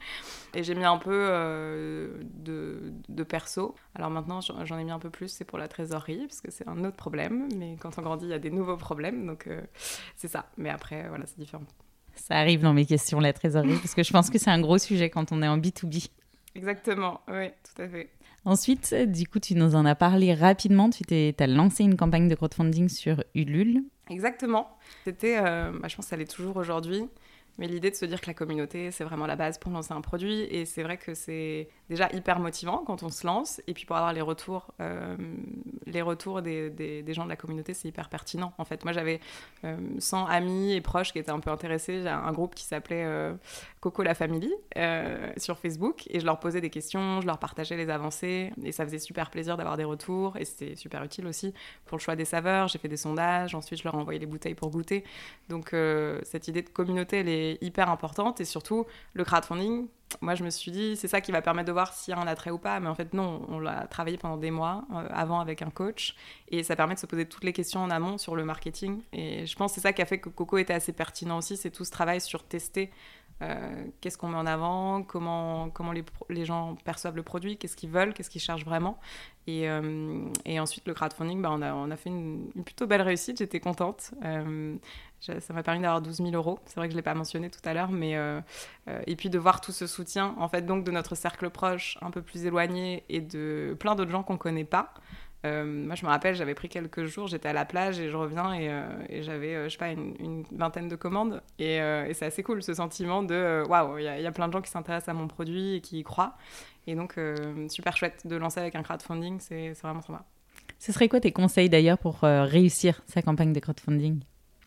Et j'ai mis un peu euh, de, de perso. Alors maintenant, j'en ai mis un peu plus, c'est pour la trésorerie, parce que c'est un autre problème. Mais quand on grandit, il y a des nouveaux problèmes. Donc euh, c'est ça. Mais après, voilà, c'est différent. Ça arrive dans mes questions, la trésorerie, parce que je pense que c'est un gros sujet quand on est en B deux B. Exactement, oui, tout à fait. Ensuite, du coup, tu nous en as parlé rapidement. Tu as lancé une campagne de crowdfunding sur Ulule. Exactement. C'était, euh, bah, je pense que ça l'est toujours aujourd'hui, mais l'idée de se dire que la communauté, c'est vraiment la base pour lancer un produit. Et c'est vrai que c'est déjà hyper motivant quand on se lance. Et puis pour avoir les retours, euh, les retours des, des, des gens de la communauté, c'est hyper pertinent. En fait, moi, j'avais euh, cent amis et proches qui étaient un peu intéressés. J'ai un groupe qui s'appelait euh, Coco la Family euh, sur Facebook. Et je leur posais des questions, je leur partageais les avancées. Et ça faisait super plaisir d'avoir des retours. Et c'était super utile aussi pour le choix des saveurs. J'ai fait des sondages. Ensuite, je leur ai envoyé les bouteilles pour goûter. Donc, euh, cette idée de communauté, elle est hyper importante. Et surtout, le crowdfunding, moi, je me suis dit, c'est ça qui va permettre de voir s'il y a un attrait ou pas. Mais en fait, non, on l'a travaillé pendant des mois euh, avant avec un coach. Et ça permet de se poser toutes les questions en amont sur le marketing. Et je pense que c'est ça qui a fait que Coco était assez pertinent aussi. C'est tout ce travail sur tester euh, qu'est-ce qu'on met en avant, comment, comment les, les gens perçoivent le produit, qu'est-ce qu'ils veulent, qu'est-ce qu'ils cherchent vraiment. Et, euh, et ensuite, le crowdfunding, bah, on, a, on a fait une, une plutôt belle réussite. J'étais contente. Euh, ça m'a permis d'avoir douze mille euros. C'est vrai que je ne l'ai pas mentionné tout à l'heure. Mais, euh, euh, et puis de voir tout ce soutien, en fait, donc de notre cercle proche, un peu plus éloigné, et de plein d'autres gens qu'on ne connaît pas. Euh, moi, je me rappelle, j'avais pris quelques jours, j'étais à la plage et je reviens et, euh, et j'avais, euh, je sais pas, une, une vingtaine de commandes. Et, euh, et c'est assez cool, ce sentiment de waouh, il y, y a plein de gens qui s'intéressent à mon produit et qui y croient. Et donc, euh, super chouette de lancer avec un crowdfunding, c'est, c'est vraiment sympa. Ce serait quoi tes conseils d'ailleurs pour euh, réussir sa campagne de crowdfunding ?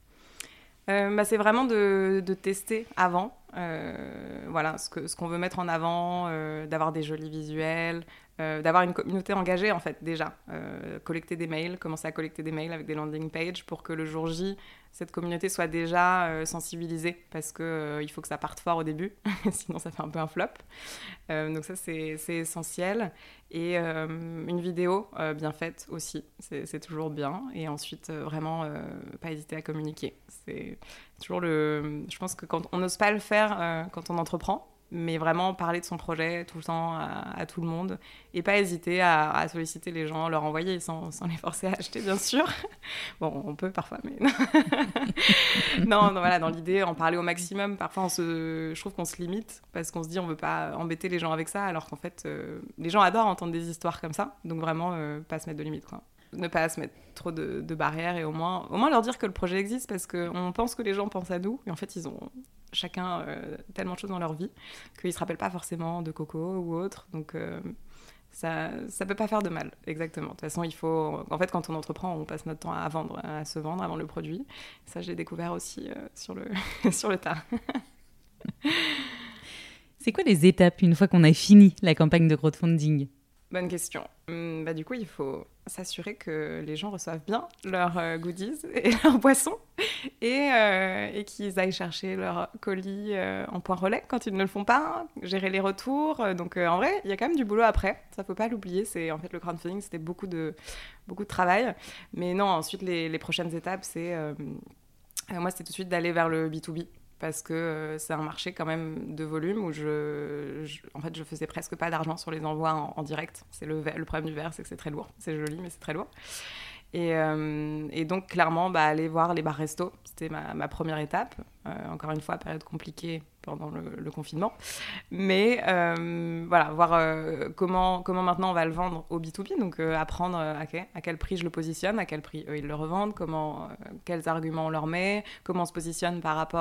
Euh, bah, c'est vraiment de, de tester avant, euh, voilà, ce, que, ce qu'on veut mettre en avant, euh, d'avoir des jolis visuels, euh, d'avoir une communauté engagée en fait déjà, euh, collecter des mails, commencer à collecter des mails avec des landing pages pour que le jour J, cette communauté soit déjà euh, sensibilisée parce qu'il euh, faut que ça parte fort au début, sinon ça fait un peu un flop. Euh, donc ça c'est, c'est essentiel. Et euh, une vidéo euh, bien faite aussi, c'est, c'est toujours bien. Et ensuite, euh, vraiment, euh, pas hésiter à communiquer. C'est toujours le... Je pense que quand on n'ose pas le faire euh, quand on entreprend, mais vraiment parler de son projet tout le temps à, à tout le monde et pas hésiter à, à solliciter les gens, leur envoyer sans, sans les forcer à acheter, bien sûr. Bon, on peut parfois, mais... non, non, voilà, dans l'idée, en parler au maximum. Parfois, on se... je trouve qu'on se limite parce qu'on se dit on veut pas embêter les gens avec ça, alors qu'en fait, euh, les gens adorent entendre des histoires comme ça. Donc vraiment, euh, pas se mettre de limites, quoi. Ne pas se mettre trop de, de barrières et au moins, au moins leur dire que le projet existe parce qu'on pense que les gens pensent à nous et en fait ils ont chacun euh, tellement de choses dans leur vie qu'ils ne se rappellent pas forcément de Coco ou autre, donc euh, ça ne peut pas faire de mal, exactement. De toute façon, il faut... En fait, quand on entreprend, on passe notre temps à vendre, à se vendre avant le produit. Ça, j'ai découvert aussi euh, sur, le... sur le tas. C'est quoi les étapes une fois qu'on a fini la campagne de crowdfunding ? Bonne question. Hum, bah, du coup, il faut s'assurer que les gens reçoivent bien leurs euh, goodies et leurs boissons et, euh, et qu'ils aillent chercher leurs colis euh, en point relais quand ils ne le font pas, gérer les retours. Donc euh, en vrai, il y a quand même du boulot après. Ça, faut pas l'oublier. C'est, en fait, le crowdfunding, c'était beaucoup de, beaucoup de travail. Mais non, ensuite, les, les prochaines étapes, c'est... Euh, euh, moi, c'était tout de suite d'aller vers le B deux B. Parce que euh, c'est un marché quand même de volume où je, je, en fait, je faisais presque pas d'argent sur les envois en, en direct. C'est le, le problème du verre, c'est que c'est très lourd. C'est joli, mais c'est très lourd. Et, euh, et donc, clairement, bah, aller voir les bars resto, c'était ma, ma première étape. Euh, encore une fois, période compliquée pendant le, le confinement. Mais euh, voilà, voir euh, comment, comment maintenant on va le vendre au B deux B. Donc, euh, apprendre à quel, à quel prix je le positionne, à quel prix eux, ils le revendent, comment, euh, quels arguments on leur met, comment on se positionne par rapport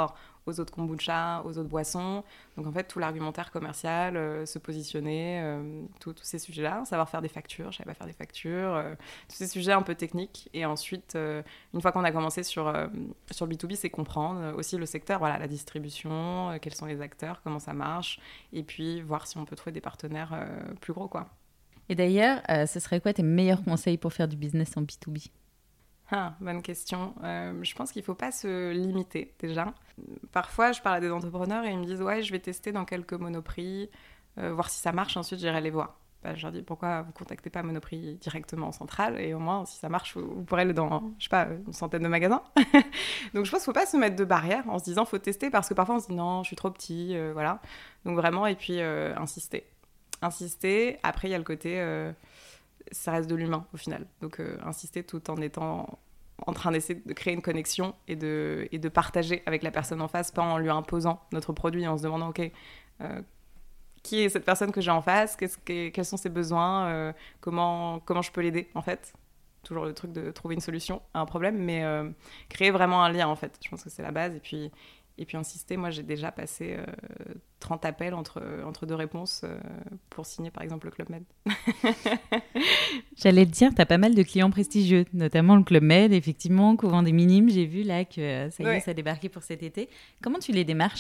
aux autres kombucha, aux autres boissons. Donc en fait, tout l'argumentaire commercial, euh, se positionner, euh, tous ces sujets-là, savoir faire des factures, je savais pas faire des factures, euh, tous ces sujets un peu techniques. Et ensuite, euh, une fois qu'on a commencé sur, euh, sur le B deux B, c'est comprendre aussi le secteur, voilà, la distribution, euh, quels sont les acteurs, comment ça marche, et puis voir si on peut trouver des partenaires euh, plus gros, quoi. Et d'ailleurs, euh, ce serait quoi tes meilleurs conseils pour faire du business en B deux B ? Ah, bonne question. Euh, je pense qu'il ne faut pas se limiter, déjà. Parfois, je parle à des entrepreneurs et ils me disent « Ouais, je vais tester dans quelques Monoprix, euh, voir si ça marche, ensuite j'irai les voir. » Bah, je leur dis « Pourquoi vous ne contactez pas Monoprix directement en centrale ? Et au moins, si ça marche, vous, vous pourrez aller dans, je sais pas, une centaine de magasins. » Donc, je pense qu'il ne faut pas se mettre de barrière en se disant « Faut tester » parce que parfois, on se dit « Non, je suis trop petit. Euh, » Voilà. Donc, vraiment, et puis, euh, insister. Insister. Après, il y a le côté... Euh, ça reste de l'humain au final. Donc euh, insister tout en étant en train d'essayer de créer une connexion et de, et de partager avec la personne en face, pas en lui imposant notre produit, en se demandant ok, euh, qui est cette personne que j'ai en face, qu'est-ce que, quels sont ses besoins, euh, comment, comment je peux l'aider en fait. Toujours le truc de trouver une solution à un problème, mais euh, créer vraiment un lien en fait. Je pense que c'est la base. Et puis, et puis insister, moi j'ai déjà passé euh, trente appels entre, entre deux réponses euh, pour signer par exemple le Club Med. J'allais te dire, tu as pas mal de clients prestigieux, notamment le Club Med, effectivement, Couvent des Minimes. J'ai vu là que euh, ça y est, ouais. Ça a débarqué pour cet été. Comment tu les démarches ?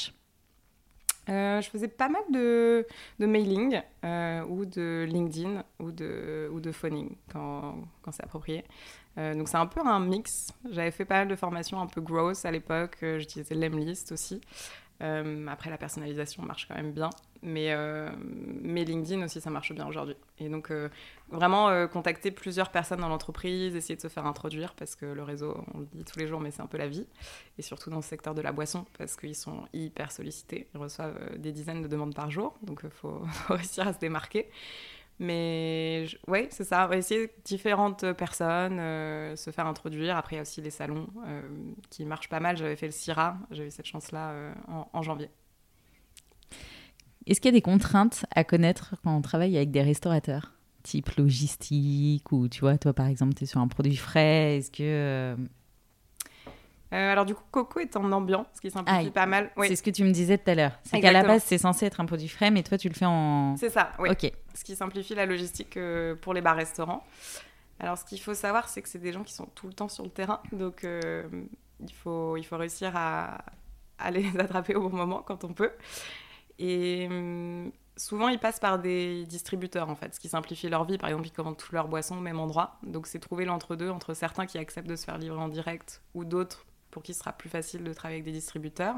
Euh, je faisais pas mal de, de mailing euh, ou de LinkedIn ou de, ou de phoning quand, quand c'est approprié. Euh, donc c'est un peu un mix. J'avais fait pas mal de formations un peu growth à l'époque. Euh, j'utilisais Lemlist aussi. Euh, après, la personnalisation marche quand même bien. Mais, euh, mais LinkedIn aussi, ça marche bien aujourd'hui. Et donc, euh, vraiment euh, contacter plusieurs personnes dans l'entreprise, essayer de se faire introduire, parce que le réseau, on le dit tous les jours, mais c'est un peu la vie. Et surtout dans le secteur de la boisson, parce qu'ils sont hyper sollicités. Ils reçoivent euh, des dizaines de demandes par jour. Donc, il euh, faut, faut réussir à se démarquer. Mais oui, c'est ça. On va essayer différentes personnes, euh, se faire introduire. Après, il y a aussi les salons euh, qui marchent pas mal. J'avais fait le CIRA, j'ai eu cette chance-là euh, en, en janvier. Est-ce qu'il y a des contraintes à connaître quand on travaille avec des restaurateurs, type logistique ou tu vois, toi par exemple, tu es sur un produit frais, est-ce que... Euh... Euh, alors du coup, Coco est en ambiant, ce qui simplifie ah, pas mal. Oui. C'est ce que tu me disais tout à l'heure. C'est Exactement. Qu'à la base, c'est censé être un produit frais, mais toi, tu le fais en... C'est ça, oui. Ok. Ce qui simplifie la logistique euh, pour les bars-restaurants. Alors, ce qu'il faut savoir, c'est que c'est des gens qui sont tout le temps sur le terrain. Donc, euh, il, faut, il faut réussir à, à les attraper au bon moment, quand on peut. Et euh, souvent, ils passent par des distributeurs, en fait, ce qui simplifie leur vie. Par exemple, ils commandent toutes leurs boissons au même endroit. Donc, c'est trouver l'entre-deux entre certains qui acceptent de se faire livrer en direct ou d'autres pour qui ce sera plus facile de travailler avec des distributeurs.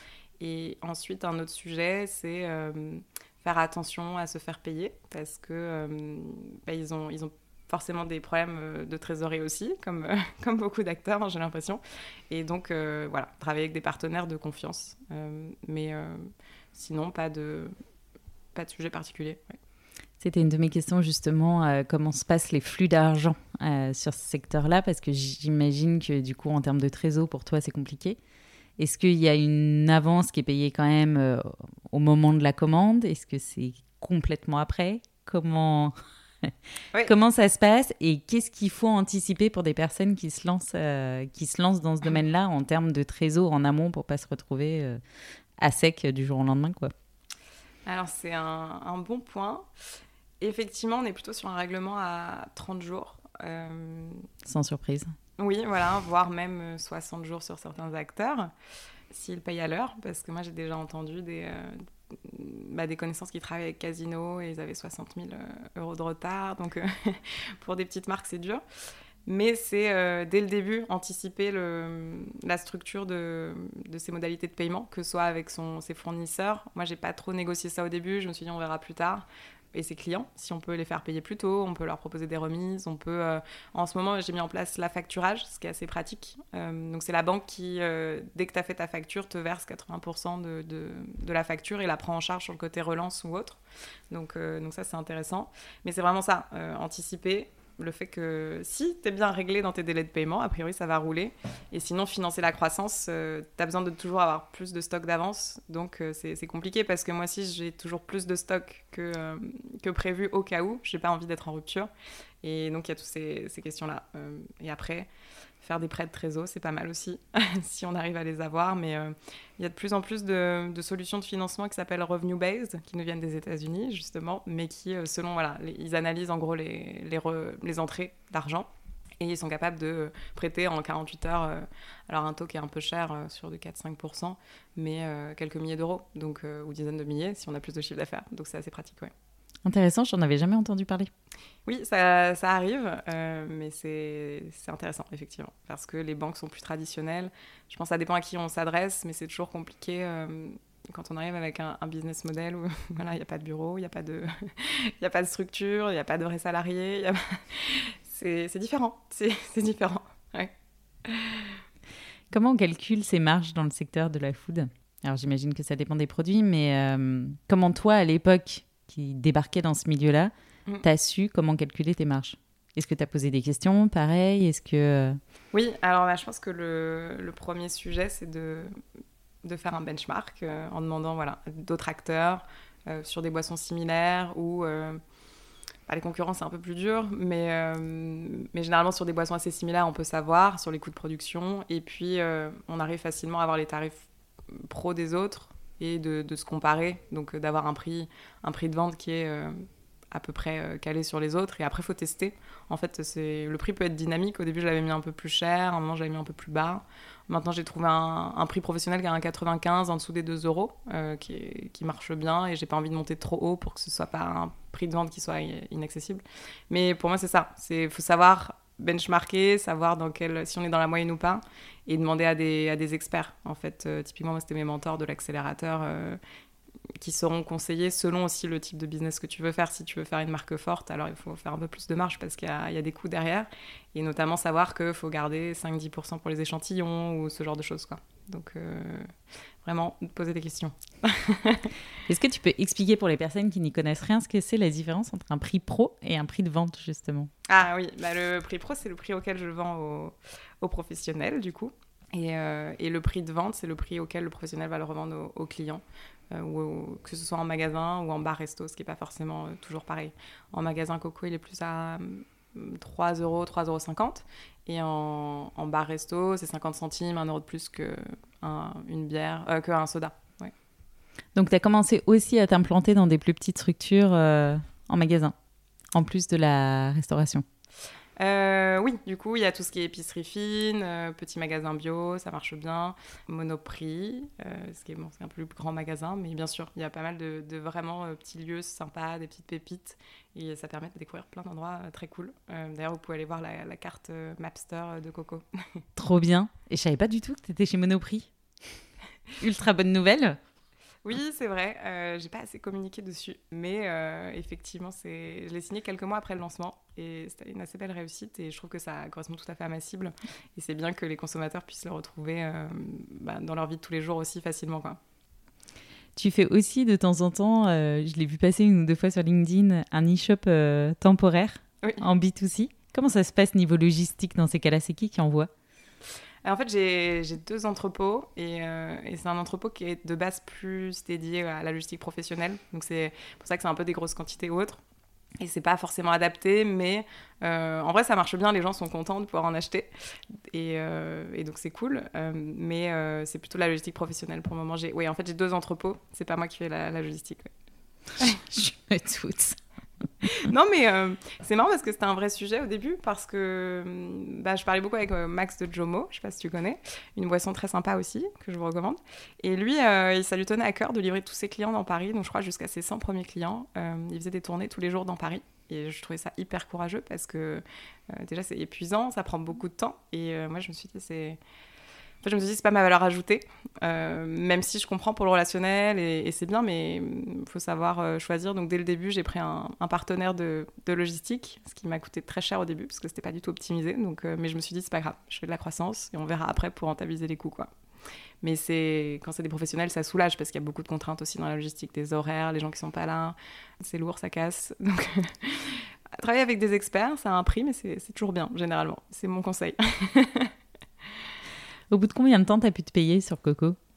Et ensuite, un autre sujet, c'est euh, faire attention à se faire payer, parce que euh, bah, ils ont, ils ont forcément des problèmes de trésorerie aussi, comme, euh, comme beaucoup d'acteurs, hein, j'ai l'impression. Et donc, euh, voilà, travailler avec des partenaires de confiance. Euh, mais euh, sinon, pas de, pas de sujet particulier. Ouais. C'était une de mes questions, justement, euh, comment se passent les flux d'argent euh, sur ce secteur-là, parce que j'imagine que, du coup, en termes de trésor, pour toi, c'est compliqué. Est-ce qu'il y a une avance qui est payée quand même euh, au moment de la commande ? Est-ce que c'est complètement après ? Comment... oui. Comment ça se passe ? Et qu'est-ce qu'il faut anticiper pour des personnes qui se lancent, euh, qui se lancent dans ce domaine-là en termes de trésor en amont pour ne pas se retrouver euh, à sec du jour au lendemain, quoi ? Alors, c'est un, un bon point. Effectivement, on est plutôt sur un règlement à trente jours. Euh... Sans surprise. Oui, voilà, voire même soixante jours sur certains acteurs, s'ils payent à l'heure, parce que moi, j'ai déjà entendu des, euh, bah, des connaissances qui travaillent avec Casino et ils avaient soixante mille euros de retard. Donc, euh, pour des petites marques, c'est dur. Mais c'est, euh, dès le début, anticiper le, la structure de, de ces modalités de paiement, que ce soit avec son, ses fournisseurs. Moi, j'ai pas trop négocié ça au début. Je me suis dit, on verra plus tard. Et ses clients, si on peut les faire payer plus tôt, on peut leur proposer des remises, on peut... Euh, en ce moment, j'ai mis en place l'affacturage, ce qui est assez pratique. Euh, donc, c'est la banque qui, euh, dès que tu as fait ta facture, te verse quatre-vingts pour cent de, de, de la facture et la prend en charge sur le côté relance ou autre. Donc, euh, donc ça, c'est intéressant. Mais c'est vraiment ça, euh, anticiper le fait que si tu es bien réglé dans tes délais de paiement, a priori, ça va rouler. Et sinon, financer la croissance, euh, tu as besoin de toujours avoir plus de stock d'avance. Donc, euh, c'est, c'est compliqué parce que moi aussi, j'ai toujours plus de stock que, euh, que prévu au cas où. Je n'ai pas envie d'être en rupture. Et donc, il y a toutes ces, ces questions-là. Euh, et après, Faire des prêts de trésor, c'est pas mal aussi, si on arrive à les avoir. Mais il euh, y a de plus en plus de, de solutions de financement qui s'appellent Revenue Based, qui nous viennent des États-Unis, justement, mais qui, euh, selon, voilà, les, ils analysent en gros les, les, re, les entrées d'argent. Et ils sont capables de prêter en quarante-huit heures, euh, alors un taux qui est un peu cher, euh, sur du quatre à cinq pour cent, mais euh, quelques milliers d'euros, donc, euh, ou dizaines de milliers, si on a plus de chiffre d'affaires. Donc c'est assez pratique, ouais. Intéressant, j'en avais jamais entendu parler. Oui, ça, ça arrive, euh, mais c'est, c'est intéressant, effectivement, parce que les banques sont plus traditionnelles. Je pense que ça dépend à qui on s'adresse, mais c'est toujours compliqué euh, quand on arrive avec un, un business model où voilà, il n'y a pas de bureau, il n'y a pas de, il n'y a pas de structure, il n'y a pas de vrais salariés. Y a... c'est, c'est différent, c'est, c'est différent. Ouais. Comment on calcule ces marges dans le secteur de la food ? Alors j'imagine que ça dépend des produits, mais euh, comment toi, à l'époque, qui débarquait dans ce milieu-là, mmh. tu as su comment calculer tes marges ? Est-ce que tu as posé des questions, pareil ? Est-ce que... Oui, alors là, je pense que le, le premier sujet, c'est de, de faire un benchmark euh, en demandant voilà, d'autres acteurs euh, sur des boissons similaires ou... Euh, bah, les concurrents, c'est un peu plus dur, mais, euh, mais généralement, sur des boissons assez similaires, on peut savoir sur les coûts de production. Et puis, euh, on arrive facilement à avoir les tarifs pro des autres et de, de se comparer, donc d'avoir un prix, un prix de vente qui est euh, à peu près euh, calé sur les autres. Et après, il faut tester. En fait, c'est... le prix peut être dynamique. Au début, je l'avais mis un peu plus cher. À un moment, je l'avais mis un peu plus bas. Maintenant, j'ai trouvé un, un prix professionnel qui est à un quatre-vingt-quinze, en dessous des deux euros, euh, qui, est, qui marche bien. Et j'ai pas envie de monter trop haut pour que ce soit pas un prix de vente qui soit inaccessible. Mais pour moi, c'est ça. Il faut savoir benchmarker, savoir dans quel, si on est dans la moyenne ou pas, et demander à des, à des experts. En fait, euh, typiquement, moi, c'était mes mentors de l'accélérateur euh, qui seront conseillés selon aussi le type de business que tu veux faire. Si tu veux faire une marque forte, alors il faut faire un peu plus de marge parce qu'il y a, il y a des coûts derrière. Et notamment savoir qu'il faut garder cinq à dix pour cent pour les échantillons ou ce genre de choses, quoi. Donc, euh, vraiment, poser des questions. Est-ce que tu peux expliquer pour les personnes qui n'y connaissent rien ce que c'est la différence entre un prix pro et un prix de vente, justement ? Ah oui, bah le prix pro, c'est le prix auquel je le vends aux, aux professionnels, du coup. Et, euh, et le prix de vente, c'est le prix auquel le professionnel va le revendre aux, aux clients, euh, ou au, que ce soit en magasin ou en bar-resto, ce qui n'est pas forcément euh, toujours pareil. En magasin, Coco, il est plus à trois euros, trois euros cinquante. Et en, en bar-resto, c'est cinquante centimes, un euro de plus qu'une bière, euh, qu'un soda. Ouais. Donc, tu as commencé aussi à t'implanter dans des plus petites structures euh, en magasin, en plus de la restauration. Euh, oui, du coup, il y a tout ce qui est épicerie fine, euh, petit magasin bio, ça marche bien, Monoprix, euh, ce qui est, bon, c'est un peu plus grand magasin, mais bien sûr, il y a pas mal de, de vraiment euh, petits lieux sympas, des petites pépites, et ça permet de découvrir plein d'endroits euh, très cool. Euh, d'ailleurs, vous pouvez aller voir la, la carte euh, Mapster de Coco. Trop bien. Et je savais pas du tout que tu étais chez Monoprix. Ultra bonne nouvelle. Oui, c'est vrai, euh, j'ai pas assez communiqué dessus, mais euh, effectivement, c'est... je l'ai signé quelques mois après le lancement et c'était une assez belle réussite et je trouve que ça correspond tout à fait à ma cible et c'est bien que les consommateurs puissent le retrouver euh, bah, dans leur vie de tous les jours aussi facilement, quoi. Tu fais aussi de temps en temps, euh, je l'ai vu passer une ou deux fois sur LinkedIn, un e-shop euh, temporaire oui. en B deux C. Comment ça se passe niveau logistique dans ces cas-là ? C'est qui qui envoie ? En fait, j'ai, j'ai deux entrepôts et, euh, et c'est un entrepôt qui est de base plus dédié à la logistique professionnelle. Donc, c'est pour ça que c'est un peu des grosses quantités ou autres. Et c'est pas forcément adapté, mais euh, en vrai, ça marche bien. Les gens sont contents de pouvoir en acheter. Et, euh, et donc, c'est cool. Euh, mais euh, c'est plutôt la logistique professionnelle pour le moment. J'ai, oui, en fait, j'ai deux entrepôts. C'est pas moi qui fais la, la logistique. Ouais. Je me doute. Non, mais euh, c'est marrant parce que c'était un vrai sujet au début parce que bah, je parlais beaucoup avec euh, Max de Jomo, je sais pas si tu connais, une boisson très sympa aussi que je vous recommande. Et lui, euh, ça lui tenait à cœur de livrer tous ses clients dans Paris, donc je crois jusqu'à ses cent premiers clients. Euh, il faisait des tournées tous les jours dans Paris et je trouvais ça hyper courageux parce que euh, déjà c'est épuisant, ça prend beaucoup de temps et euh, moi je me suis dit c'est... En fait, je me suis dit, c'est pas ma valeur ajoutée, euh, même si je comprends pour le relationnel et, et c'est bien, mais il faut savoir euh, choisir. Donc, dès le début, j'ai pris un, un partenaire de, de logistique, ce qui m'a coûté très cher au début, parce que c'était pas du tout optimisé. Donc, euh, mais je me suis dit, c'est pas grave, je fais de la croissance et on verra après pour rentabiliser les coûts, quoi. Mais c'est, quand c'est des professionnels, ça soulage, parce qu'il y a beaucoup de contraintes aussi dans la logistique, des horaires, les gens qui sont pas là, c'est lourd, ça casse. Donc, travailler avec des experts, ça a un prix, mais c'est, c'est toujours bien, généralement. C'est mon conseil. Au bout de combien de temps tu as pu te payer sur Coco ?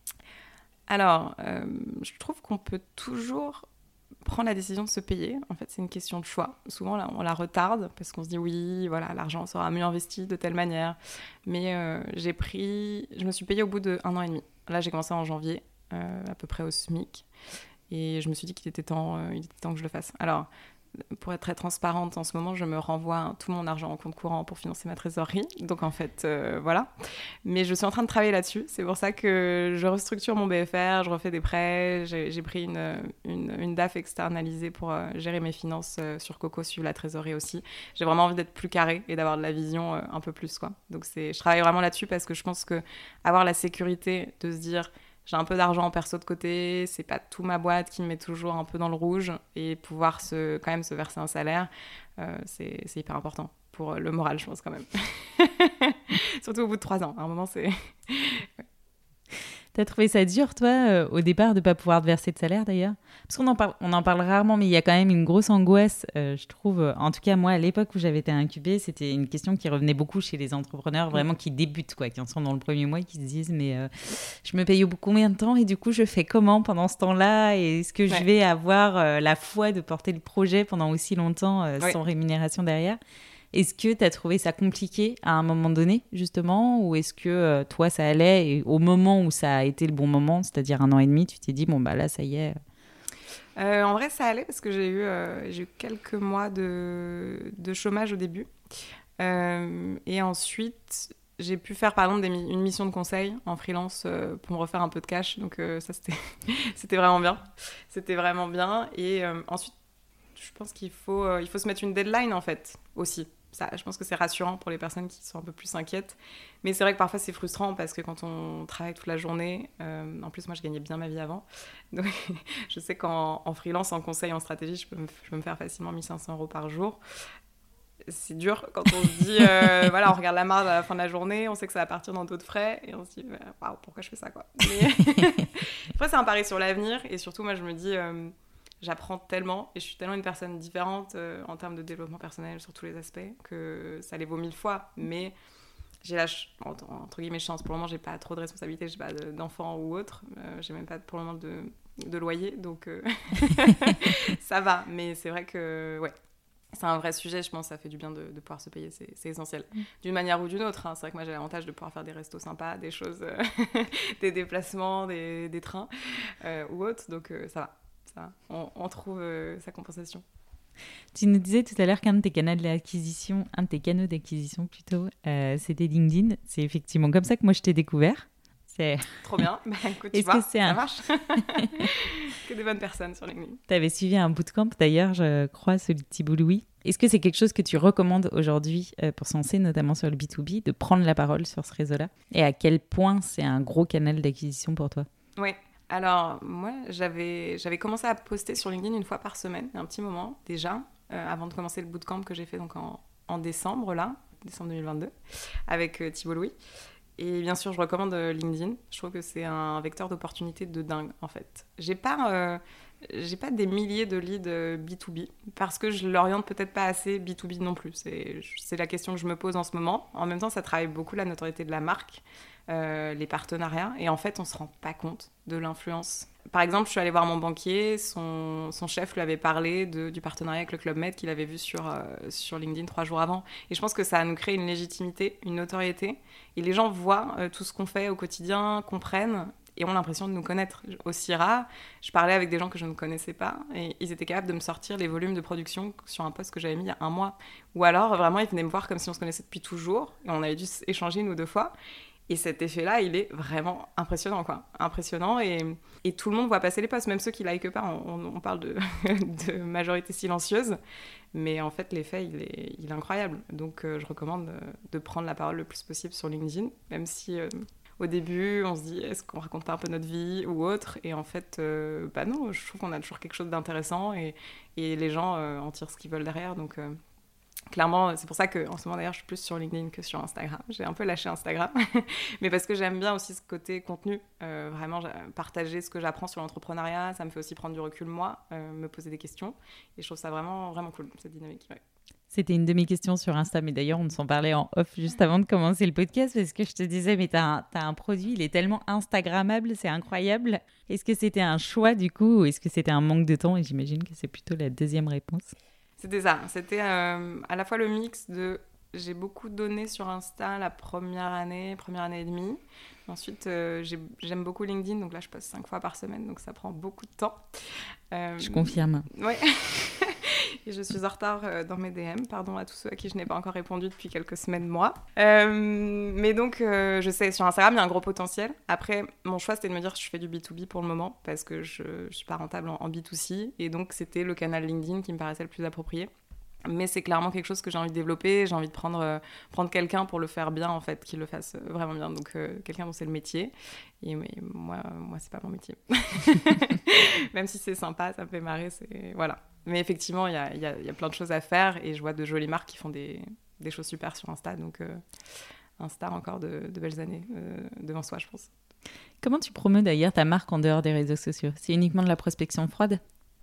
Alors, euh, je trouve qu'on peut toujours prendre la décision de se payer, en fait, c'est une question de choix. Souvent, là, on la retarde parce qu'on se dit oui, voilà, l'argent sera mieux investi de telle manière. Mais euh, j'ai pris, je me suis payée au bout d'un an et demi. Là, j'ai commencé en janvier, euh, à peu près au SMIC, et je me suis dit qu'il était temps, euh, il était temps que je le fasse. Alors, pour être très transparente, en ce moment, je me renvoie tout mon argent en compte courant pour financer ma trésorerie. Donc, en fait, euh, voilà. Mais je suis en train de travailler là-dessus. C'est pour ça que je restructure mon B F R, je refais des prêts. J'ai, j'ai pris une, une, une D A F externalisée pour euh, gérer mes finances euh, sur Coco, suivre la trésorerie aussi. J'ai vraiment envie d'être plus carrée et d'avoir de la vision euh, un peu plus, quoi. Donc, c'est, je travaille vraiment là-dessus parce que je pense qu'avoir la sécurité de se dire... J'ai un peu d'argent en perso de côté, c'est pas tout ma boîte qui me met toujours un peu dans le rouge, et pouvoir se, quand même se verser un salaire, euh, c'est, c'est hyper important pour le moral, je pense, quand même. Surtout au bout de trois ans, à un moment, c'est... T'as trouvé ça dur, toi, euh, au départ, de ne pas pouvoir te verser de salaire, d'ailleurs? Parce qu'on en parle, on en parle rarement, mais il y a quand même une grosse angoisse, euh, je trouve. En tout cas, moi, à l'époque où j'avais été incubée, c'était une question qui revenait beaucoup chez les entrepreneurs, vraiment qui débutent, quoi, qui en sont dans le premier mois, qui se disent, mais euh, je me paye au bout de combien de temps? Et du coup, je fais comment pendant ce temps-là? Et est-ce que je ouais. vais avoir euh, la foi de porter le projet pendant aussi longtemps euh, ouais. sans rémunération derrière? Est-ce que tu as trouvé ça compliqué à un moment donné, justement, ou est-ce que euh, toi, ça allait et au moment où ça a été le bon moment, c'est-à-dire un an et demi, tu t'es dit, bon, bah là, ça y est. euh, En vrai, ça allait parce que j'ai eu, euh, j'ai eu quelques mois de, de chômage au début. Euh, et ensuite, j'ai pu faire, par exemple, des mi- une mission de conseil en freelance euh, pour me refaire un peu de cash. Donc, euh, ça, c'était, c'était vraiment bien. C'était vraiment bien. Et euh, ensuite, je pense qu'il faut, euh, il faut se mettre une deadline, en fait, aussi. Ça, je pense que c'est rassurant pour les personnes qui sont un peu plus inquiètes. Mais c'est vrai que parfois, c'est frustrant parce que quand on travaille toute la journée... Euh, en plus, moi, je gagnais bien ma vie avant. Donc, je sais qu'en en freelance, en conseil, en stratégie, je peux me, je peux me faire facilement mille cinq cents euros par jour. C'est dur quand on se dit... Euh, voilà, on regarde la marge à la fin de la journée, on sait que ça va partir dans d'autres frais, et on se dit, waouh, pourquoi je fais ça, quoi. Mais... Après, c'est un pari sur l'avenir. Et surtout, moi, je me dis... Euh, j'apprends tellement et je suis tellement une personne différente euh, en termes de développement personnel sur tous les aspects que ça les vaut mille fois. Mais j'ai la ch- entre, entre guillemets chance. Pour le moment, j'ai pas trop de responsabilités, j'ai pas de, d'enfants ou autre. Euh, j'ai même pas pour le moment de, de loyer, donc euh... ça va. Mais c'est vrai que ouais, c'est un vrai sujet. Je pense que ça fait du bien de, de pouvoir se payer, c'est, c'est essentiel. D'une manière ou d'une autre. Hein. C'est vrai que moi j'ai l'avantage de pouvoir faire des restos sympas, des choses, euh, des déplacements, des, des trains euh, ou autres. Donc euh, ça va. Ça, on, on trouve euh, sa compensation. Tu nous disais tout à l'heure qu'un de tes canaux d'acquisition, un de tes canaux d'acquisition plutôt, euh, c'était LinkedIn. C'est effectivement comme ça que moi je t'ai découvert. C'est... Trop bien. Bah, écoute, tu Est-ce vois, que c'est ça un... marche. Que des bonnes personnes sur LinkedIn. Tu avais suivi un bootcamp d'ailleurs, je crois, celui de Thibault Louis. Est-ce que c'est quelque chose que tu recommandes aujourd'hui euh, pour se lancer, notamment sur le B deux B, de prendre la parole sur ce réseau-là? Et à quel point c'est un gros canal d'acquisition pour toi? Oui. Alors, moi, j'avais, j'avais commencé à poster sur LinkedIn une fois par semaine, un petit moment déjà, euh, avant de commencer le bootcamp que j'ai fait donc en, en décembre, là, décembre deux mille vingt-deux, avec euh, Thibault Louis. Et bien sûr, je recommande euh, LinkedIn. Je trouve que c'est un vecteur d'opportunité de dingue, en fait. J'ai pas, euh, j'ai pas des milliers de leads euh, B deux B, parce que je l'oriente peut-être pas assez B deux B non plus. C'est, c'est la question que je me pose en ce moment. En même temps, ça travaille beaucoup la notoriété de la marque. Euh, les partenariats, et en fait on se rend pas compte de l'influence. Par exemple, je suis allée voir mon banquier, son, son chef lui avait parlé de, du partenariat avec le Club Med qu'il avait vu sur, euh, sur LinkedIn trois jours avant, et je pense que ça nous crée une légitimité, une notoriété, et les gens voient euh, tout ce qu'on fait au quotidien, comprennent et ont l'impression de nous connaître. Au Syrah, je parlais avec des gens que je ne connaissais pas et ils étaient capables de me sortir les volumes de production sur un post que j'avais mis il y a un mois, ou alors vraiment ils venaient me voir comme si on se connaissait depuis toujours et on avait dû échanger une ou deux fois. Et cet effet-là, il est vraiment impressionnant, quoi. Impressionnant, et, et tout le monde voit passer les posts, même ceux qui ne likent pas. On, on parle de, de majorité silencieuse, mais en fait, l'effet, il est, il est incroyable. Donc, euh, je recommande de, de prendre la parole le plus possible sur LinkedIn, même si euh, au début, on se dit, est-ce qu'on raconte pas un peu notre vie ou autre? Et en fait, euh, bah non, je trouve qu'on a toujours quelque chose d'intéressant, et, et les gens euh, en tirent ce qu'ils veulent derrière, donc... Euh, Clairement, c'est pour ça qu'en ce moment, d'ailleurs, je suis plus sur LinkedIn que sur Instagram. J'ai un peu lâché Instagram, mais parce que j'aime bien aussi ce côté contenu. Euh, vraiment, partager ce que j'apprends sur l'entrepreneuriat, ça me fait aussi prendre du recul, moi, euh, me poser des questions. Et je trouve ça vraiment, vraiment cool, cette dynamique. Ouais. C'était une de mes questions sur Insta, mais d'ailleurs, on s'en parlait en off juste avant de commencer le podcast, parce que je te disais, mais t'as un, t'as un produit, il est tellement Instagrammable, c'est incroyable. Est-ce que c'était un choix, du coup, ou est-ce que c'était un manque de temps? Et j'imagine que c'est plutôt la deuxième réponse. C'était ça, c'était euh, à la fois le mix de j'ai beaucoup donné sur Insta la première année, première année et demie. Ensuite, euh, j'ai, j'aime beaucoup LinkedIn, donc là je poste cinq fois par semaine, donc ça prend beaucoup de temps. Euh, je confirme. Ouais. Et je suis en retard euh, dans mes D M, pardon à tous ceux à qui je n'ai pas encore répondu depuis quelques semaines, mois. Euh, mais donc, euh, je sais, sur Instagram, il y a un gros potentiel. Après, mon choix, c'était de me dire que je fais du B deux B pour le moment, parce que je ne suis pas rentable en, en B deux C. Et donc, c'était le canal LinkedIn qui me paraissait le plus approprié. Mais c'est clairement quelque chose que j'ai envie de développer. J'ai envie de prendre, euh, prendre quelqu'un pour le faire bien, en fait, qui le fasse vraiment bien. Donc, euh, quelqu'un dont c'est le métier. Et, et moi, moi, c'est pas mon métier. Même si c'est sympa, ça me fait marrer, c'est... Voilà. Mais effectivement, il y a, y, a, y a plein de choses à faire. Et je vois de jolies marques qui font des, des choses super sur Insta. Donc, euh, Insta, encore de, de belles années euh, devant soi, je pense. Comment tu promeux d'ailleurs ta marque en dehors des réseaux sociaux? C'est uniquement de la prospection froide?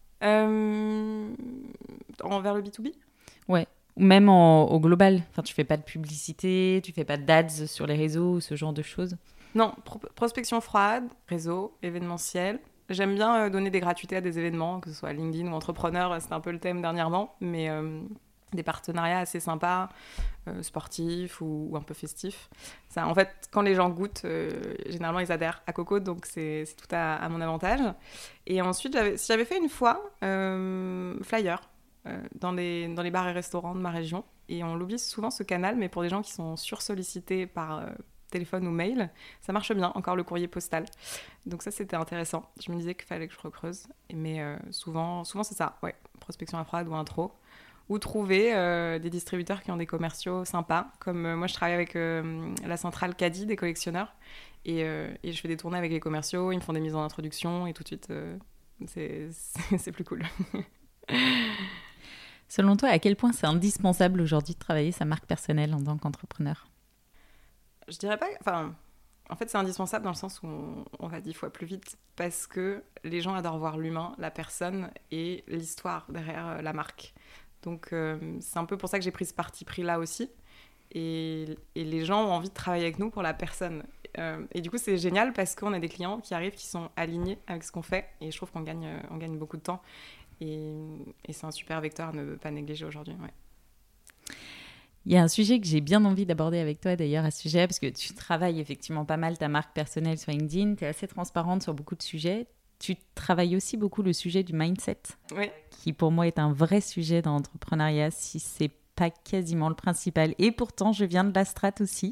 euh, Envers le B deux B? Ouais, ou même en, au global. Enfin, tu fais pas de publicité, tu fais pas d'ads sur les réseaux, ce genre de choses? Non, pro- prospection froide, réseau, événementiel. J'aime bien euh, donner des gratuités à des événements, que ce soit LinkedIn ou entrepreneur, c'est un peu le thème dernièrement, mais euh, des partenariats assez sympas, euh, sportifs ou, ou un peu festifs. Ça, en fait, quand les gens goûtent, euh, généralement ils adhèrent à Coco, donc c'est, c'est tout à, à mon avantage. Et ensuite, j'avais, si j'avais fait une fois, euh, flyer. Euh, dans, les, dans les bars et restaurants de ma région. Et on l'oublie souvent ce canal, mais pour des gens qui sont sursollicités par euh, téléphone ou mail, ça marche bien, encore le courrier postal. Donc ça, c'était intéressant. Je me disais qu'il fallait que je recreuse. Mais euh, souvent, souvent, c'est ça, ouais, prospection à froide ou intro. Ou trouver euh, des distributeurs qui ont des commerciaux sympas. Comme euh, moi, je travaille avec euh, la centrale Caddy des collectionneurs. Et, euh, et je fais des tournées avec les commerciaux, ils me font des mises en introduction et tout de suite, euh, c'est, c'est, c'est plus cool. Selon toi, à quel point c'est indispensable aujourd'hui de travailler sa marque personnelle en tant qu'entrepreneur? Je dirais pas... Enfin, en fait, c'est indispensable dans le sens où on, on va dix fois plus vite parce que les gens adorent voir l'humain, la personne et l'histoire derrière la marque. Donc, euh, c'est un peu pour ça que j'ai pris ce parti pris-là aussi. Et, et les gens ont envie de travailler avec nous pour la personne. Euh, et du coup, c'est génial parce qu'on a des clients qui arrivent, qui sont alignés avec ce qu'on fait. Et je trouve qu'on gagne, on gagne beaucoup de temps. Et, et c'est un super vecteur à ne pas négliger aujourd'hui. Ouais. Il y a un sujet que j'ai bien envie d'aborder avec toi d'ailleurs à ce sujet, parce que tu travailles effectivement pas mal ta marque personnelle sur LinkedIn, tu es assez transparente sur beaucoup de sujets. Tu travailles aussi beaucoup le sujet du mindset, oui. qui pour moi est un vrai sujet dans l'entrepreneuriat, si c'est pas quasiment le principal. Et pourtant, je viens de la strat aussi.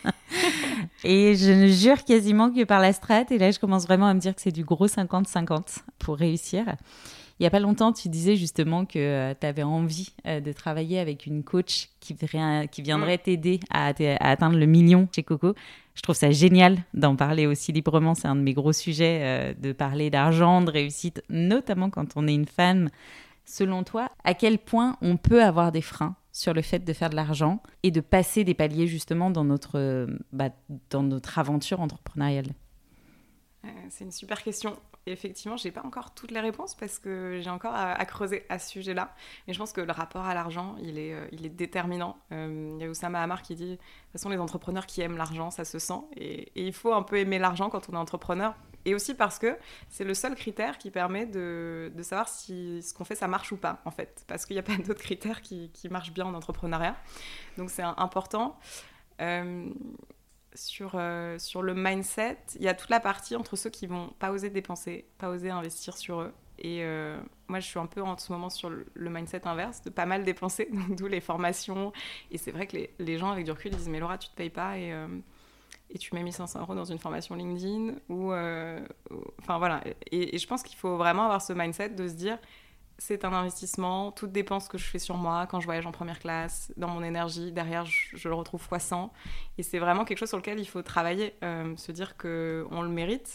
Et je ne jure quasiment que par la strat. Et là, je commence vraiment à me dire que c'est du gros cinquante cinquante pour réussir. Il n'y a pas longtemps, tu disais justement que euh, tu avais envie euh, de travailler avec une coach qui, viendrait, qui viendrait t'aider à, à atteindre le million chez Coco. Je trouve ça génial d'en parler aussi librement. C'est un de mes gros sujets, euh, de parler d'argent, de réussite, notamment quand on est une femme. Selon toi, à quel point on peut avoir des freins sur le fait de faire de l'argent et de passer des paliers justement dans notre, euh, bah, dans notre aventure entrepreneuriale? euh, C'est une super question. Et effectivement, je n'ai pas encore toutes les réponses parce que j'ai encore à, à creuser à ce sujet-là. Mais je pense que le rapport à l'argent, il est, euh, il est déterminant. Euh, il y a Oussama Hamar qui dit « De toute façon, les entrepreneurs qui aiment l'argent, ça se sent. » Et, et il faut un peu aimer l'argent quand on est entrepreneur. Et aussi parce que c'est le seul critère qui permet de, de savoir si ce qu'on fait, ça marche ou pas, en fait. Parce qu'il n'y a pas d'autres critères qui, qui marchent bien en entrepreneuriat. Donc c'est un, important. Euh, Sur, euh, sur le mindset, il y a toute la partie entre ceux qui vont pas oser dépenser, pas oser investir sur eux. Et euh, moi, je suis un peu en ce moment sur le, le mindset inverse, de pas mal dépenser, donc d'où les formations. Et c'est vrai que les, les gens, avec du recul, ils disent « Mais Laura, tu te payes pas et, euh, et tu mets mille cinq cents euros dans une formation LinkedIn. » ou, euh, ou, Enfin, voilà. Et, et je pense qu'il faut vraiment avoir ce mindset de se dire « C'est un investissement, toute dépense que je fais sur moi, quand je voyage en première classe, dans mon énergie, derrière, je, je le retrouve fois cent. » Et c'est vraiment quelque chose sur lequel il faut travailler, euh, se dire qu'on le mérite,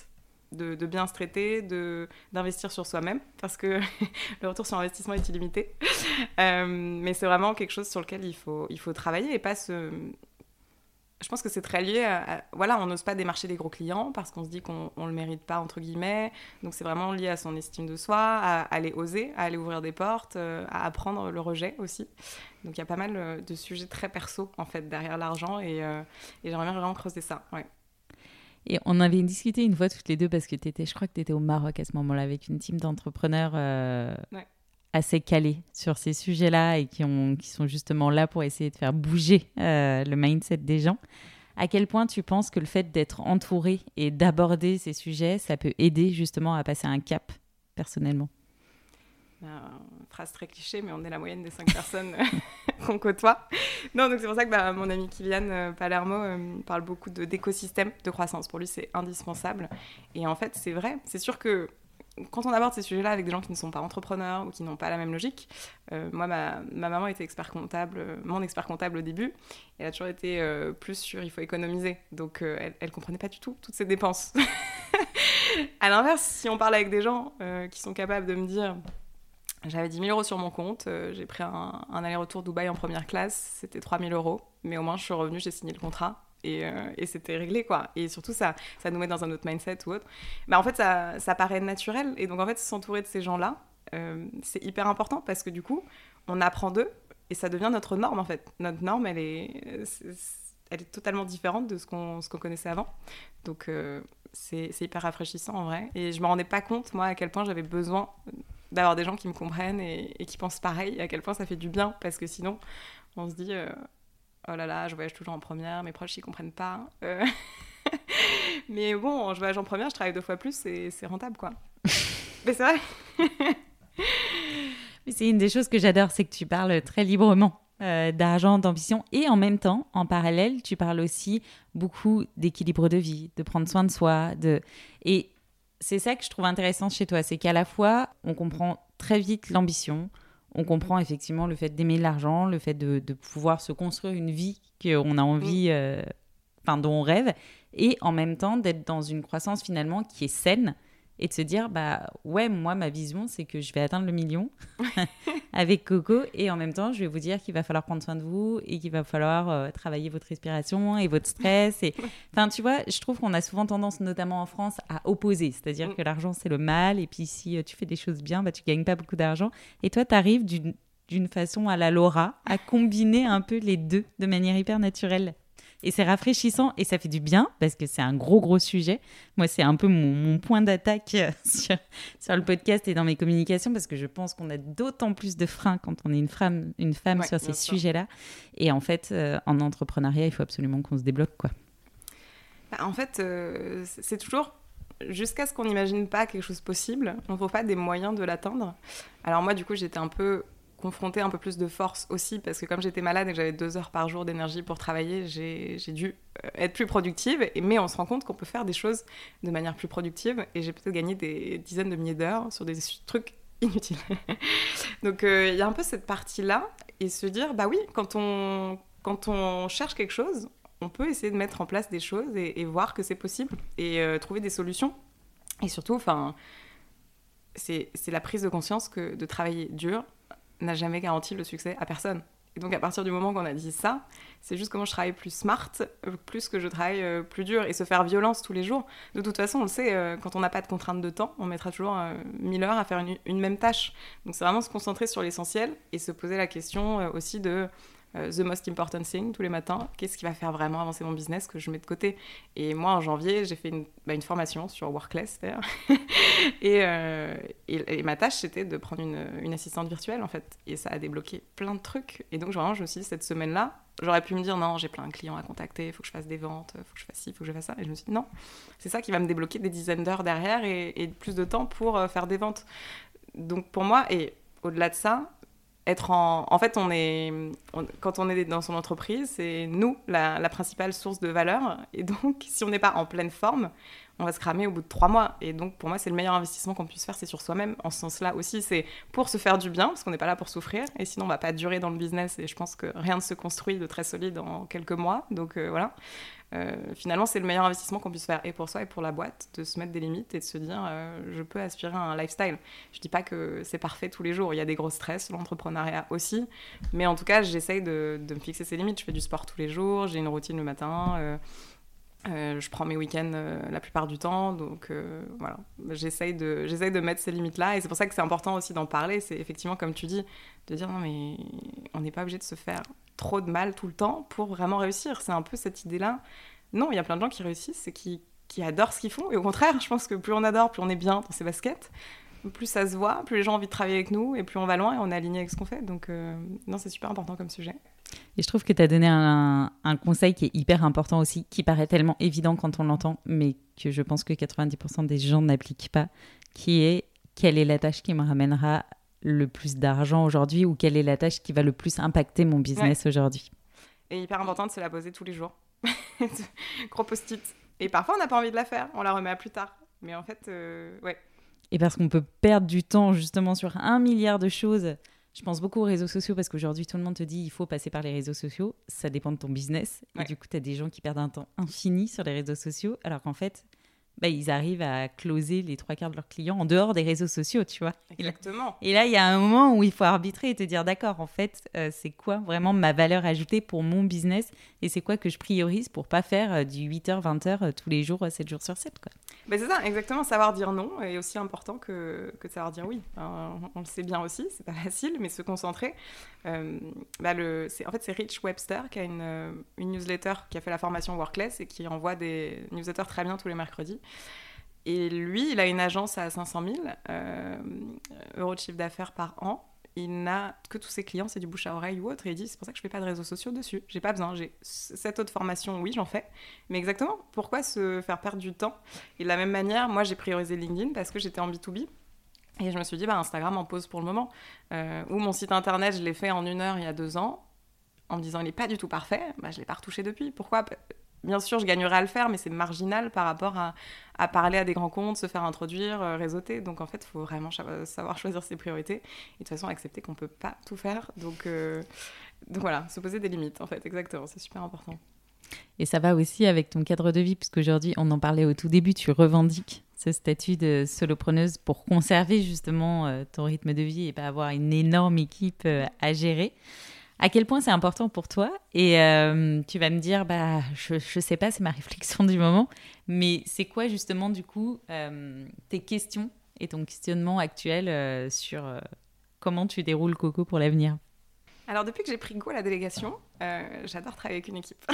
de, de bien se traiter, de, d'investir sur soi-même, parce que le retour sur investissement est illimité. Euh, mais c'est vraiment quelque chose sur lequel il faut, il faut travailler et pas se... Je pense que c'est très lié à, à... Voilà, on n'ose pas démarcher des gros clients parce qu'on se dit qu'on ne le mérite pas, entre guillemets. Donc c'est vraiment lié à son estime de soi, à, à aller oser, à aller ouvrir des portes, euh, à apprendre le rejet aussi. Donc il y a pas mal de sujets très perso, en fait, derrière l'argent. Et, euh, et j'aimerais bien vraiment creuser ça, ouais. Et on avait discuté une fois toutes les deux parce que t'étais, je crois que tu étais au Maroc à ce moment-là avec une team d'entrepreneurs euh, ouais. assez calés sur ces sujets-là et qui, ont, qui sont justement là pour essayer de faire bouger euh, le mindset des gens. À quel point tu penses que le fait d'être entouré et d'aborder ces sujets, ça peut aider justement à passer un cap personnellement? Euh, phrase très cliché, mais on est la moyenne des cinq personnes qu'on côtoie. Non, donc c'est pour ça que bah, mon ami Kylian euh, Palermo euh, parle beaucoup de, d'écosystème de croissance. Pour lui, c'est indispensable. Et en fait, c'est vrai. C'est sûr que quand on aborde ces sujets-là avec des gens qui ne sont pas entrepreneurs ou qui n'ont pas la même logique, euh, moi, ma, ma maman était expert comptable, euh, mon expert comptable au début. Elle a toujours été euh, plus sur il faut économiser. Donc, euh, elle ne comprenait pas du tout toutes ces dépenses. À l'inverse, si on parle avec des gens euh, qui sont capables de me dire... J'avais dix mille euros sur mon compte, euh, j'ai pris un, un aller-retour Dubaï en première classe, c'était trois mille euros, mais au moins je suis revenue, j'ai signé le contrat et, euh, et c'était réglé, quoi. Et surtout, ça, ça nous met dans un autre mindset ou autre. Bah, en fait, ça, ça paraît naturel et donc en fait, s'entourer de ces gens-là, euh, c'est hyper important parce que du coup, on apprend d'eux et ça devient notre norme, en fait. Notre norme, elle est, c'est, elle est totalement différente de ce qu'on, ce qu'on connaissait avant. Donc, euh, c'est, c'est hyper rafraîchissant, en vrai. Et je me rendais pas compte, moi, à quel point j'avais besoin... d'avoir des gens qui me comprennent et, et qui pensent pareil, et à quel point ça fait du bien, parce que sinon, on se dit euh, oh là là, je voyage toujours en première, mes proches, ils comprennent pas. Euh... Mais bon, je voyage en première, je travaille deux fois plus, et c'est rentable, quoi. Mais c'est vrai. Mais c'est une des choses que j'adore, c'est que tu parles très librement euh, d'argent, d'ambition, et en même temps, en parallèle, tu parles aussi beaucoup d'équilibre de vie, de prendre soin de soi, de... Et c'est ça que je trouve intéressant chez toi, c'est qu'à la fois, on comprend très vite l'ambition, on comprend effectivement le fait d'aimer l'argent, le fait de, de pouvoir se construire une vie qu'on a envie, euh, enfin, dont on rêve, et en même temps d'être dans une croissance finalement qui est saine, et de se dire, bah ouais, moi, ma vision, c'est que je vais atteindre le million avec Coco, et en même temps, je vais vous dire qu'il va falloir prendre soin de vous, et qu'il va falloir euh, travailler votre respiration et votre stress. Et... Enfin, tu vois, je trouve qu'on a souvent tendance, notamment en France, à opposer, c'est-à-dire que l'argent, c'est le mal, et puis si euh, tu fais des choses bien, bah, tu gagnes pas beaucoup d'argent. Et toi, tu arrives d'une, d'une façon à la Laura à combiner un peu les deux de manière hyper naturelle. Et c'est rafraîchissant et ça fait du bien parce que c'est un gros, gros sujet. Moi, c'est un peu mon, mon point d'attaque sur, sur le podcast et dans mes communications parce que je pense qu'on a d'autant plus de freins quand on est une femme, une femme ouais, sur ces sujets-là. Et en fait, euh, en entrepreneuriat, il faut absolument qu'on se débloque, quoi. Bah, en fait, euh, c'est toujours... Jusqu'à ce qu'on n'imagine pas quelque chose possible, on ne trouve pas des moyens de l'atteindre. Alors moi, du coup, j'étais un peu... confrontée un peu plus de force aussi, parce que comme j'étais malade et que j'avais deux heures par jour d'énergie pour travailler, j'ai, j'ai dû être plus productive, mais on se rend compte qu'on peut faire des choses de manière plus productive, et j'ai peut-être gagné des dizaines de milliers d'heures sur des trucs inutiles. Donc il euh, y a un peu cette partie-là, et se dire, bah oui, quand on, quand on cherche quelque chose, on peut essayer de mettre en place des choses et, et voir que c'est possible, et euh, trouver des solutions. Et surtout, enfin, c'est, c'est la prise de conscience que de travailler dur n'a jamais garanti le succès à personne. Et donc, à partir du moment qu'on a dit ça, c'est juste comment je travaille plus smart, plus que je travaille euh, plus dur, et se faire violence tous les jours. De toute façon, on le sait, euh, quand on n'a pas de contrainte de temps, on mettra toujours euh, mille heures à faire une, une même tâche. Donc, c'est vraiment se concentrer sur l'essentiel et se poser la question euh, aussi de euh, the most important thing tous les matins. Qu'est-ce qui va faire vraiment avancer mon business que je mets de côté? Et moi, en janvier, j'ai fait une, bah, une formation sur Workless, d'ailleurs. et, euh, et, et ma tâche, c'était de prendre une, une assistante virtuelle, en fait. Et ça a débloqué plein de trucs. Et donc, vraiment, je me suis dit, cette semaine-là, j'aurais pu me dire, non, j'ai plein de clients à contacter, il faut que je fasse des ventes, il faut que je fasse ci, il faut que je fasse ça. Et je me suis dit, non, c'est ça qui va me débloquer des dizaines d'heures derrière et, et plus de temps pour euh, faire des ventes. Donc, pour moi, et au-delà de ça, être en... En fait, on est... On... quand on est dans son entreprise, c'est nous, la, la principale source de valeur. Et donc, si on n'est pas en pleine forme, on va se cramer au bout de trois mois. Et donc, pour moi, c'est le meilleur investissement qu'on puisse faire, c'est sur soi-même. En ce sens-là aussi, c'est pour se faire du bien, parce qu'on n'est pas là pour souffrir. Et sinon, on ne va pas durer dans le business. Et je pense que rien ne se construit de très solide en quelques mois. Donc, euh, voilà. Euh, finalement, c'est le meilleur investissement qu'on puisse faire, et pour soi et pour la boîte, de se mettre des limites et de se dire euh, je peux aspirer à un lifestyle. Je dis pas que c'est parfait tous les jours, il y a des gros stress, l'entrepreneuriat aussi, mais en tout cas, j'essaye de, de me fixer ces limites. Je fais du sport tous les jours, j'ai une routine le matin, euh, euh, je prends mes week-ends euh, la plupart du temps, donc euh, voilà, j'essaye de, j'essaye de mettre ces limites-là, et c'est pour ça que c'est important aussi d'en parler. C'est effectivement, comme tu dis, de dire non mais on n'est pas obligé de se faire trop de mal tout le temps pour vraiment réussir. C'est un peu cette idée-là. Non, il y a plein de gens qui réussissent et qui, qui adorent ce qu'ils font. Et au contraire, je pense que plus on adore, plus on est bien dans ses baskets, plus ça se voit, plus les gens ont envie de travailler avec nous, et plus on va loin et on est aligné avec ce qu'on fait. Donc euh, non, c'est super important comme sujet. Et je trouve que tu as donné un, un conseil qui est hyper important aussi, qui paraît tellement évident quand on l'entend, mais que je pense que quatre-vingt-dix pour cent des gens n'appliquent pas, qui est quelle est la tâche qui me ramènera le plus d'argent aujourd'hui, ou quelle est la tâche qui va le plus impacter mon business ouais. aujourd'hui. Et hyper importante, c'est la poser tous les jours. Gros post-it. Et parfois, on n'a pas envie de la faire, on la remet à plus tard. Mais en fait, euh, ouais. Et parce qu'on peut perdre du temps justement sur un milliard de choses. Je pense beaucoup aux réseaux sociaux, parce qu'aujourd'hui, tout le monde te dit il faut passer par les réseaux sociaux. Ça dépend de ton business. Ouais. Et du coup, tu as des gens qui perdent un temps infini sur les réseaux sociaux, alors qu'en fait... Bah, ils arrivent à closer les trois quarts de leurs clients en dehors des réseaux sociaux, tu vois. Exactement. Et là, il y a un moment où il faut arbitrer et te dire, d'accord, en fait, euh, c'est quoi vraiment ma valeur ajoutée pour mon business, et c'est quoi que je priorise pour pas faire euh, du huit heures, vingt heures euh, tous les jours, euh, sept jours sur sept, quoi. Bah, c'est ça, exactement. Savoir dire non est aussi important que, que de savoir dire oui. Enfin, on, on le sait bien aussi, c'est pas facile, mais se concentrer. Euh, bah, le, c'est, en fait, c'est Rich Webster qui a une, euh, une newsletter, qui a fait la formation Workless et qui envoie des newsletters très bien tous les mercredis. Et lui, il a une agence à cinq cent mille euh, euros de chiffre d'affaires par an. Il n'a que tous ses clients, c'est du bouche à oreille ou autre. Et il dit, c'est pour ça que je ne fais pas de réseaux sociaux dessus. J'ai pas besoin. J'ai cette autre formation, oui, j'en fais. Mais exactement, pourquoi se faire perdre du temps ? Et de la même manière, moi, j'ai priorisé LinkedIn parce que j'étais en B deux B. Et je me suis dit, bah, Instagram en pause pour le moment. Euh, ou mon site internet, je l'ai fait en une heure il y a deux ans, en me disant, il n'est pas du tout parfait. Bah, je ne l'ai pas retouché depuis. Pourquoi ? Bien sûr, je gagnerais à le faire, mais c'est marginal par rapport à, à parler à des grands comptes, se faire introduire, euh, réseauter. Donc, en fait, il faut vraiment savoir choisir ses priorités. Et de toute façon, accepter qu'on ne peut pas tout faire. Donc, euh, donc, voilà, se poser des limites, en fait. Exactement, c'est super important. Et ça va aussi avec ton cadre de vie, puisqu'aujourd'hui, on en parlait au tout début, tu revendiques ce statut de solopreneuse pour conserver justement euh, ton rythme de vie et pas avoir une énorme équipe euh, à gérer. À quel point c'est important pour toi ? Et euh, tu vas me dire, bah, je ne sais pas, c'est ma réflexion du moment, mais c'est quoi justement du coup euh, tes questions et ton questionnement actuel euh, sur euh, comment tu déroules Coco pour l'avenir ? Alors, depuis que j'ai pris goût à la délégation, euh, j'adore travailler avec une équipe.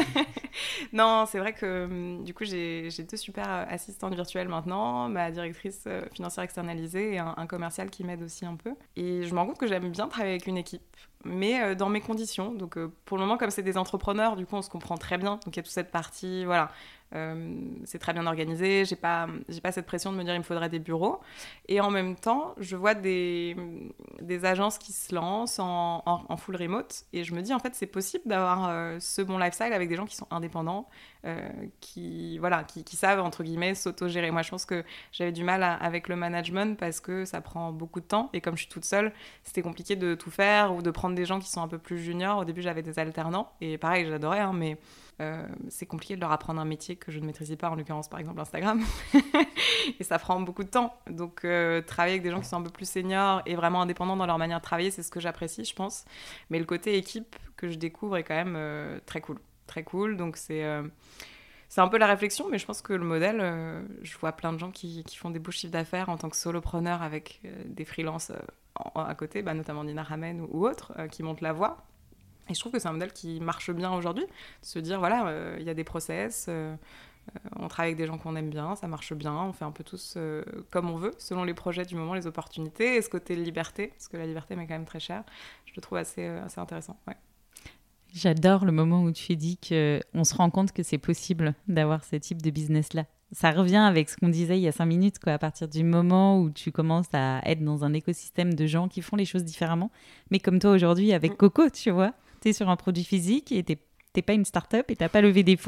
Non, c'est vrai que du coup, j'ai, j'ai deux super assistantes virtuelles maintenant, ma directrice financière externalisée et un, un commercial qui m'aide aussi un peu. Et je me rends compte que j'aime bien travailler avec une équipe, mais euh, dans mes conditions. Donc, euh, pour le moment, comme c'est des entrepreneurs, du coup, on se comprend très bien. Donc, il y a toute cette partie, voilà, euh, c'est très bien organisé. J'ai pas, j'ai pas cette pression de me dire il me faudrait des bureaux. Et en même temps, je vois des, des agences qui se lancent en, en, en full remote. Et je me dis, en fait, c'est possible d'avoir euh, ce bon lifestyle avec des gens qui sont indépendants, euh, qui, voilà, qui, qui savent, entre guillemets, s'auto-gérer. Moi, je pense que j'avais du mal à, avec le management parce que ça prend beaucoup de temps. Et comme je suis toute seule, c'était compliqué de tout faire ou de prendre des gens qui sont un peu plus juniors. Au début, j'avais des alternants. Et pareil, j'adorais, hein, mais euh, c'est compliqué de leur apprendre un métier que je ne maîtrisais pas, en l'occurrence, par exemple, Instagram. Et ça prend beaucoup de temps. Donc, euh, travailler avec des gens qui sont un peu plus seniors et vraiment indépendants dans leur manière de travailler, c'est ce que j'apprécie, je pense. Mais le côté équipe que je découvre est quand même euh, très cool. Très cool. Donc, c'est, euh, c'est un peu la réflexion, mais je pense que le modèle, euh, je vois plein de gens qui, qui font des beaux chiffres d'affaires en tant que solopreneur avec euh, des freelances euh, en, à côté, bah, notamment Nina Ramen ou, ou autres, euh, qui montent la voie. Et je trouve que c'est un modèle qui marche bien aujourd'hui. De se dire, voilà, il euh, y a des process, euh, euh, on travaille avec des gens qu'on aime bien, ça marche bien, on fait un peu tous euh, comme on veut, selon les projets du moment, les opportunités, et ce côté liberté, parce que la liberté m'est quand même très chère, je le trouve assez, euh, assez intéressant. Ouais. J'adore le moment où tu dis qu'on se rend compte que c'est possible d'avoir ce type de business-là. Ça revient avec ce qu'on disait il y a cinq minutes, quoi, à partir du moment où tu commences à être dans un écosystème de gens qui font les choses différemment. Mais comme toi aujourd'hui avec Coco, tu vois, tu es sur un produit physique et tu n'es pas une start-up et tu n'as pas levé des fonds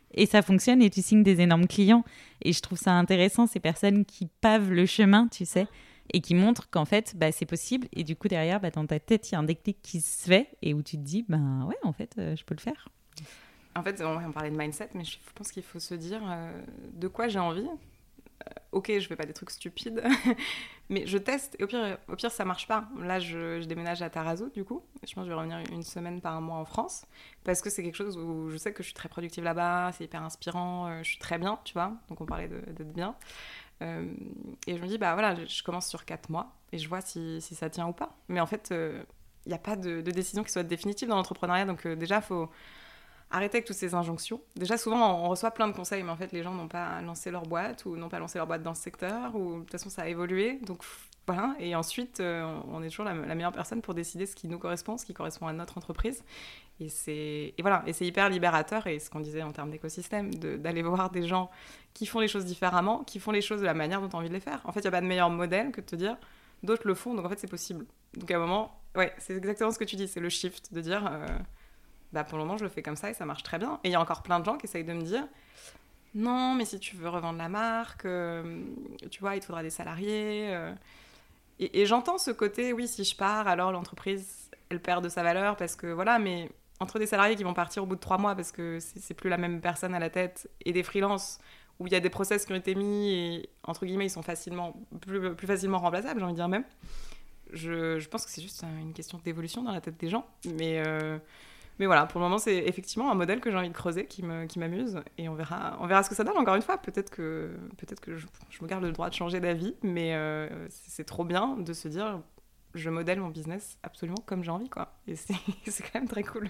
et ça fonctionne et tu signes des énormes clients. Et je trouve ça intéressant, ces personnes qui pavent le chemin, tu sais, et qui montrent qu'en fait, bah, c'est possible. Et du coup, derrière, bah, dans ta tête, il y a un déclic qui se fait et où tu te dis, ben ouais, en fait, euh, je peux le faire. En fait, on, on parlait de mindset, mais je pense qu'il faut se dire euh, de quoi j'ai envie. Euh, ok, je fais pas des trucs stupides, mais je teste. Et au pire, au pire ça marche pas. Là, je, je déménage à Tarazout, du coup. Je pense que je vais revenir une semaine par mois en France, parce que c'est quelque chose où je sais que je suis très productive là-bas, c'est hyper inspirant, euh, je suis très bien, tu vois. Donc on parlait de, d'être bien. Euh, et je me dis, bah voilà, je, je commence sur quatre mois et je vois si, si ça tient ou pas. Mais en fait, il euh, n'y a pas de, de décision qui soit définitive dans l'entrepreneuriat, donc euh, déjà, il faut arrêter avec toutes ces injonctions. Déjà, souvent, on reçoit plein de conseils, mais en fait, les gens n'ont pas lancé leur boîte ou n'ont pas lancé leur boîte dans ce secteur, ou de toute façon, ça a évolué. Donc, voilà. Et ensuite, euh, on est toujours la, la meilleure personne pour décider ce qui nous correspond, ce qui correspond à notre entreprise. Et c'est, et voilà. Et c'est hyper libérateur, et ce qu'on disait en termes d'écosystème, de, d'aller voir des gens qui font les choses différemment, qui font les choses de la manière dont tu as envie de les faire. En fait, il n'y a pas de meilleur modèle que de te dire d'autres le font, donc en fait, c'est possible. Donc, à un moment, ouais, c'est exactement ce que tu dis, c'est le shift, de dire... Euh, bah pour le moment, je le fais comme ça et ça marche très bien. Et il y a encore plein de gens qui essayent de me dire non, mais si tu veux revendre la marque, euh, tu vois, il te faudra des salariés. Euh. Et, et j'entends ce côté, oui, si je pars, alors l'entreprise, elle perd de sa valeur parce que voilà, mais entre des salariés qui vont partir au bout de trois mois parce que c'est, c'est plus la même personne à la tête et des freelances où il y a des process qui ont été mis et entre guillemets, ils sont facilement, plus, plus facilement remplaçables, j'ai envie de dire même. Je, je pense que c'est juste une question d'évolution dans la tête des gens. Mais. Euh, Mais voilà, pour le moment, c'est effectivement un modèle que j'ai envie de creuser, qui, me, qui m'amuse, et on verra, on verra ce que ça donne. Encore une fois, peut-être que, peut-être que je, je me garde le droit de changer d'avis, mais euh, c'est, c'est trop bien de se dire, je modèle mon business absolument comme j'ai envie, quoi. Et c'est, c'est quand même très cool.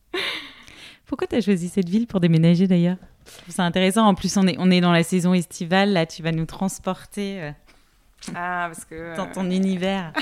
Pourquoi tu as choisi cette ville pour déménager, d'ailleurs ? Je trouve ça intéressant. En plus, on est, on est dans la saison estivale, là, tu vas nous transporter euh, ah, parce que, dans ton euh, univers.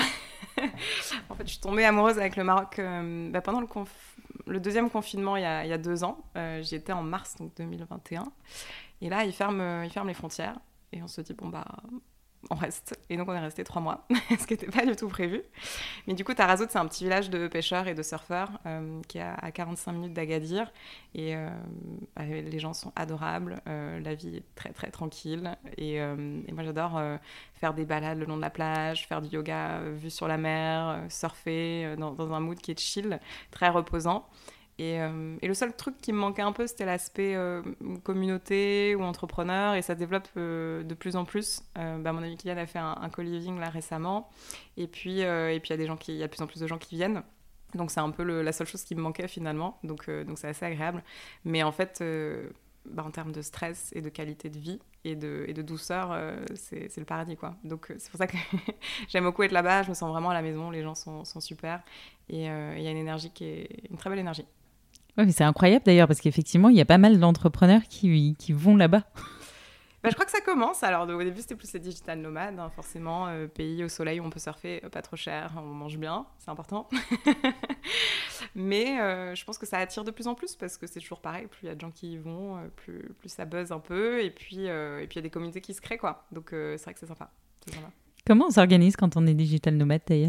En fait, je suis tombée amoureuse avec le Maroc euh, bah, pendant le, conf... le deuxième confinement il y a, il y a deux ans. Euh, j'y étais en mars donc deux mille vingt et un. Et là, ils ferment, ils ferment les frontières. Et on se dit, bon, bah, on reste. Et donc, on est resté trois mois, ce qui n'était pas du tout prévu. Mais du coup, Tarazout, c'est un petit village de pêcheurs et de surfeurs euh, qui est à quarante-cinq minutes d'Agadir. Et euh, les gens sont adorables. Euh, la vie est très, très tranquille. Et, euh, et moi, j'adore euh, faire des balades le long de la plage, faire du yoga euh, vue sur la mer, euh, surfer euh, dans, dans un mood qui est chill, très reposant. Et, euh, et le seul truc qui me manquait un peu, c'était l'aspect euh, communauté ou entrepreneur, et ça se développe euh, de plus en plus. Euh, bah, mon ami Kylian a fait un, un co-living là récemment, et puis euh, et puis il y a des gens qui, il y a de plus en plus de gens qui viennent. Donc c'est un peu le, la seule chose qui me manquait finalement. Donc euh, donc c'est assez agréable. Mais en fait, euh, bah, en termes de stress et de qualité de vie et de et de douceur, euh, c'est c'est le paradis quoi. Donc euh, c'est pour ça que j'aime beaucoup être là-bas. Je me sens vraiment à la maison. Les gens sont sont super, et il euh, y a une énergie qui est une très belle énergie. Ouais, mais c'est incroyable d'ailleurs, parce qu'effectivement, il y a pas mal d'entrepreneurs qui, qui vont là-bas. Bah, je crois que ça commence. Alors, au début, c'était plus les digital nomades, hein, forcément. Euh, pays au soleil où on peut surfer, euh, pas trop cher, on mange bien, c'est important. Mais euh, je pense que ça attire de plus en plus parce que c'est toujours pareil. Plus il y a de gens qui y vont, euh, plus, plus ça buzz un peu. Et puis, euh, et puis il y a des communautés qui se créent, quoi. Donc, euh, c'est vrai que c'est sympa. C'est sympa. Comment on s'organise quand on est digital nomade d'ailleurs ?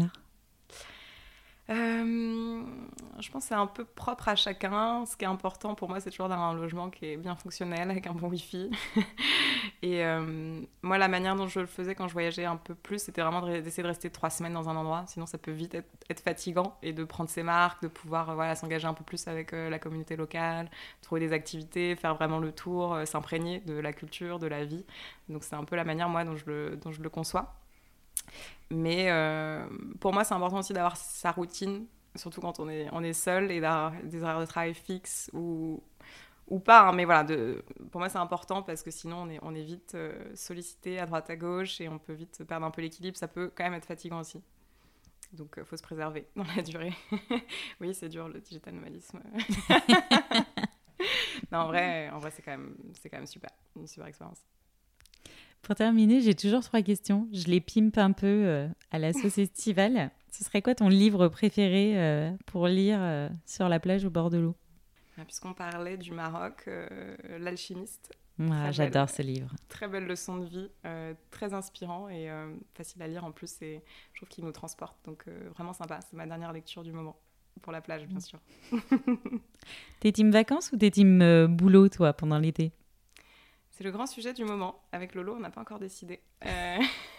Euh, je pense que c'est un peu propre à chacun. Ce qui est important pour moi, c'est toujours d'avoir un logement qui est bien fonctionnel, avec un bon wifi. Et euh, moi, la manière dont je le faisais quand je voyageais un peu plus, c'était vraiment d'essayer de rester trois semaines dans un endroit. Sinon, ça peut vite être, être fatigant. Et de prendre ses marques, de pouvoir euh, voilà, s'engager un peu plus avec euh, la communauté locale, trouver des activités, faire vraiment le tour, euh, s'imprégner de la culture, de la vie. Donc, c'est un peu la manière, moi, dont je le, dont je le conçois. Mais euh, pour moi, c'est important aussi d'avoir sa routine, surtout quand on est, on est seul, et d'avoir des horaires de travail fixes ou, ou pas. Hein, mais voilà, de, pour moi, c'est important parce que sinon, on est, on est vite euh, sollicité à droite à gauche et on peut vite perdre un peu l'équilibre. Ça peut quand même être fatigant aussi. Donc, il euh, faut se préserver dans la durée. Oui, c'est dur, le digital nomadisme. Non, en vrai, en vrai c'est, quand même, c'est quand même super. Une super expérience. Pour terminer, j'ai toujours trois questions. Je les pimpe un peu euh, à la sauce estivale. Ce serait quoi ton livre préféré euh, pour lire euh, sur la plage au bord de l'eau ? Ah, puisqu'on parlait du Maroc, euh, L'Alchimiste. Ah, j'adore belle, ce livre. Très belle leçon de vie, euh, très inspirant et euh, facile à lire en plus. Et je trouve qu'il nous transporte, donc euh, vraiment sympa. C'est ma dernière lecture du moment. pour la plage, bien sûr. T'es team vacances ou t'es team euh, boulot, toi, pendant l'été ? C'est le grand sujet du moment. Avec Lolo, on n'a pas encore décidé. Euh...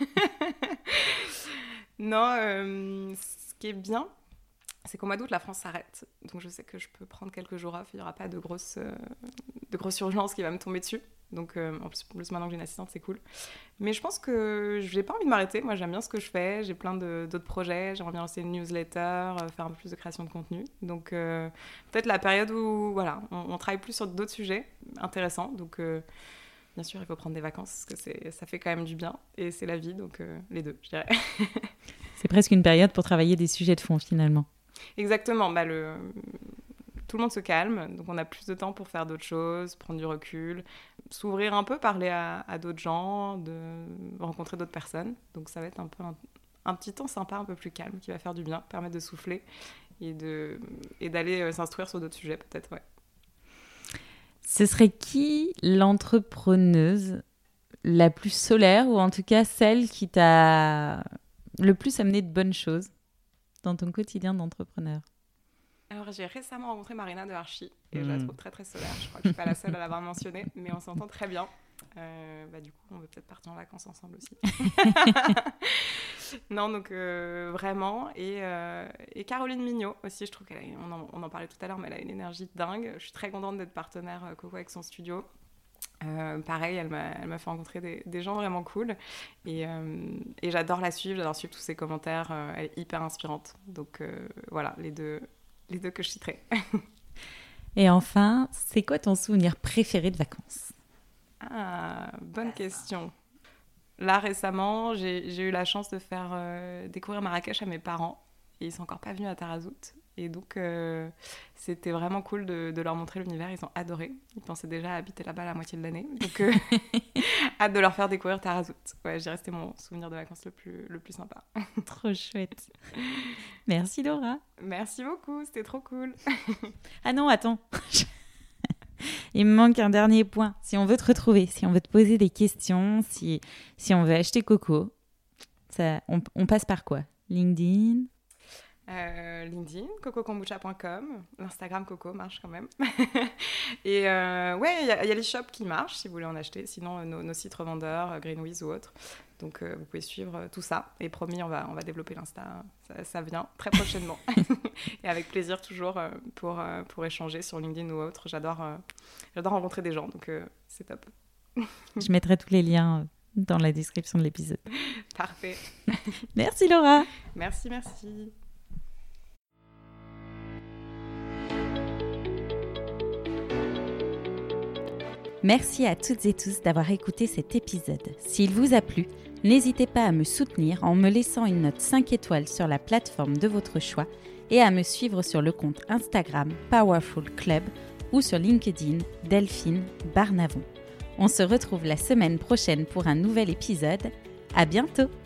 non, euh, ce qui est bien, c'est qu'au mois d'août, la France s'arrête. Donc je sais que je peux prendre quelques jours off. Il n'y aura pas de grosses, euh, de grosses urgences qui va me tomber dessus. Donc euh, en plus, plus maintenant que j'ai une assistante, c'est cool. Mais je pense que je n'ai pas envie de m'arrêter. Moi, j'aime bien ce que je fais. J'ai plein de, d'autres projets. J'aimerais bien lancer une newsletter, euh, faire un peu plus de création de contenu. Donc euh, peut-être la période où voilà, on, on travaille plus sur d'autres sujets intéressants. Donc euh, bien sûr, il faut prendre des vacances parce que c'est, ça fait quand même du bien. Et c'est la vie, donc euh, les deux, je dirais. C'est presque une période pour travailler des sujets de fond, finalement. Exactement. Bah, le... Tout le monde se calme, donc on a plus de temps pour faire d'autres choses, prendre du recul, s'ouvrir un peu, parler à, à d'autres gens, de rencontrer d'autres personnes. Donc ça va être un peu un, un petit temps sympa, un peu plus calme, qui va faire du bien, permettre de souffler et, de, et d'aller euh, s'instruire sur d'autres sujets peut-être, ouais. Ce serait qui l'entrepreneuse la plus solaire, ou en tout cas celle qui t'a le plus amené de bonnes choses dans ton quotidien d'entrepreneur ? Alors, j'ai récemment rencontré Marina de Archie et mmh. je la trouve très très solaire. Je crois que je ne suis pas la seule à l'avoir mentionné, mais on s'entend très bien. Euh, bah, du coup, on veut peut-être partir en vacances ensemble aussi. Non, donc euh, vraiment. Et, euh, et Caroline Mignot aussi, je trouve qu'elle a, on, en, on en parlait tout à l'heure, mais elle a une énergie dingue. Je suis très contente d'être partenaire euh, Coco avec son studio. Euh, pareil, elle m'a, elle m'a fait rencontrer des, des gens vraiment cool. Et, euh, et j'adore la suivre, j'adore suivre tous ses commentaires. Euh, elle est hyper inspirante. Donc euh, voilà, les deux... Les deux que je citerai. Et enfin, c'est quoi ton souvenir préféré de vacances ? Ah, bonne question. Là, récemment, j'ai, j'ai eu la chance de faire euh, découvrir Marrakech à mes parents. Et ils ne sont encore pas venus à Tarazout. Et donc, euh, c'était vraiment cool de, de leur montrer l'univers. Ils ont adoré. Ils pensaient déjà habiter là-bas la moitié de l'année. Donc, euh, hâte de leur faire découvrir Tarazout. Ouais, je dirais que c'était mon souvenir de vacances le plus, le plus sympa. Trop chouette. Merci Laura. Merci beaucoup, c'était trop cool. Ah non, attends. Il me manque un dernier point. Si on veut te retrouver, si on veut te poser des questions, si, si on veut acheter Coco, ça, on, on passe par quoi ? LinkedIn ? Euh, LinkedIn, coco kombucha point com, l'Instagram Coco marche quand même. Et euh, ouais, il y, y a les shops qui marchent si vous voulez en acheter, sinon euh, nos, nos sites revendeurs, Greenwiz ou autres. Donc euh, vous pouvez suivre euh, tout ça. Et promis, on va, on va développer l'Insta, ça, ça vient très prochainement. Et avec plaisir toujours euh, pour, euh, pour échanger sur LinkedIn ou autre. J'adore, euh, j'adore rencontrer des gens, donc euh, c'est top. Je mettrai tous les liens dans la description de l'épisode. Parfait. Merci Laura. Merci, merci. Merci à toutes et tous d'avoir écouté cet épisode. S'il vous a plu, n'hésitez pas à me soutenir en me laissant une note cinq étoiles sur la plateforme de votre choix et à me suivre sur le compte Instagram Powerful Club ou sur LinkedIn Delphine Barnavon. On se retrouve la semaine prochaine pour un nouvel épisode. À bientôt!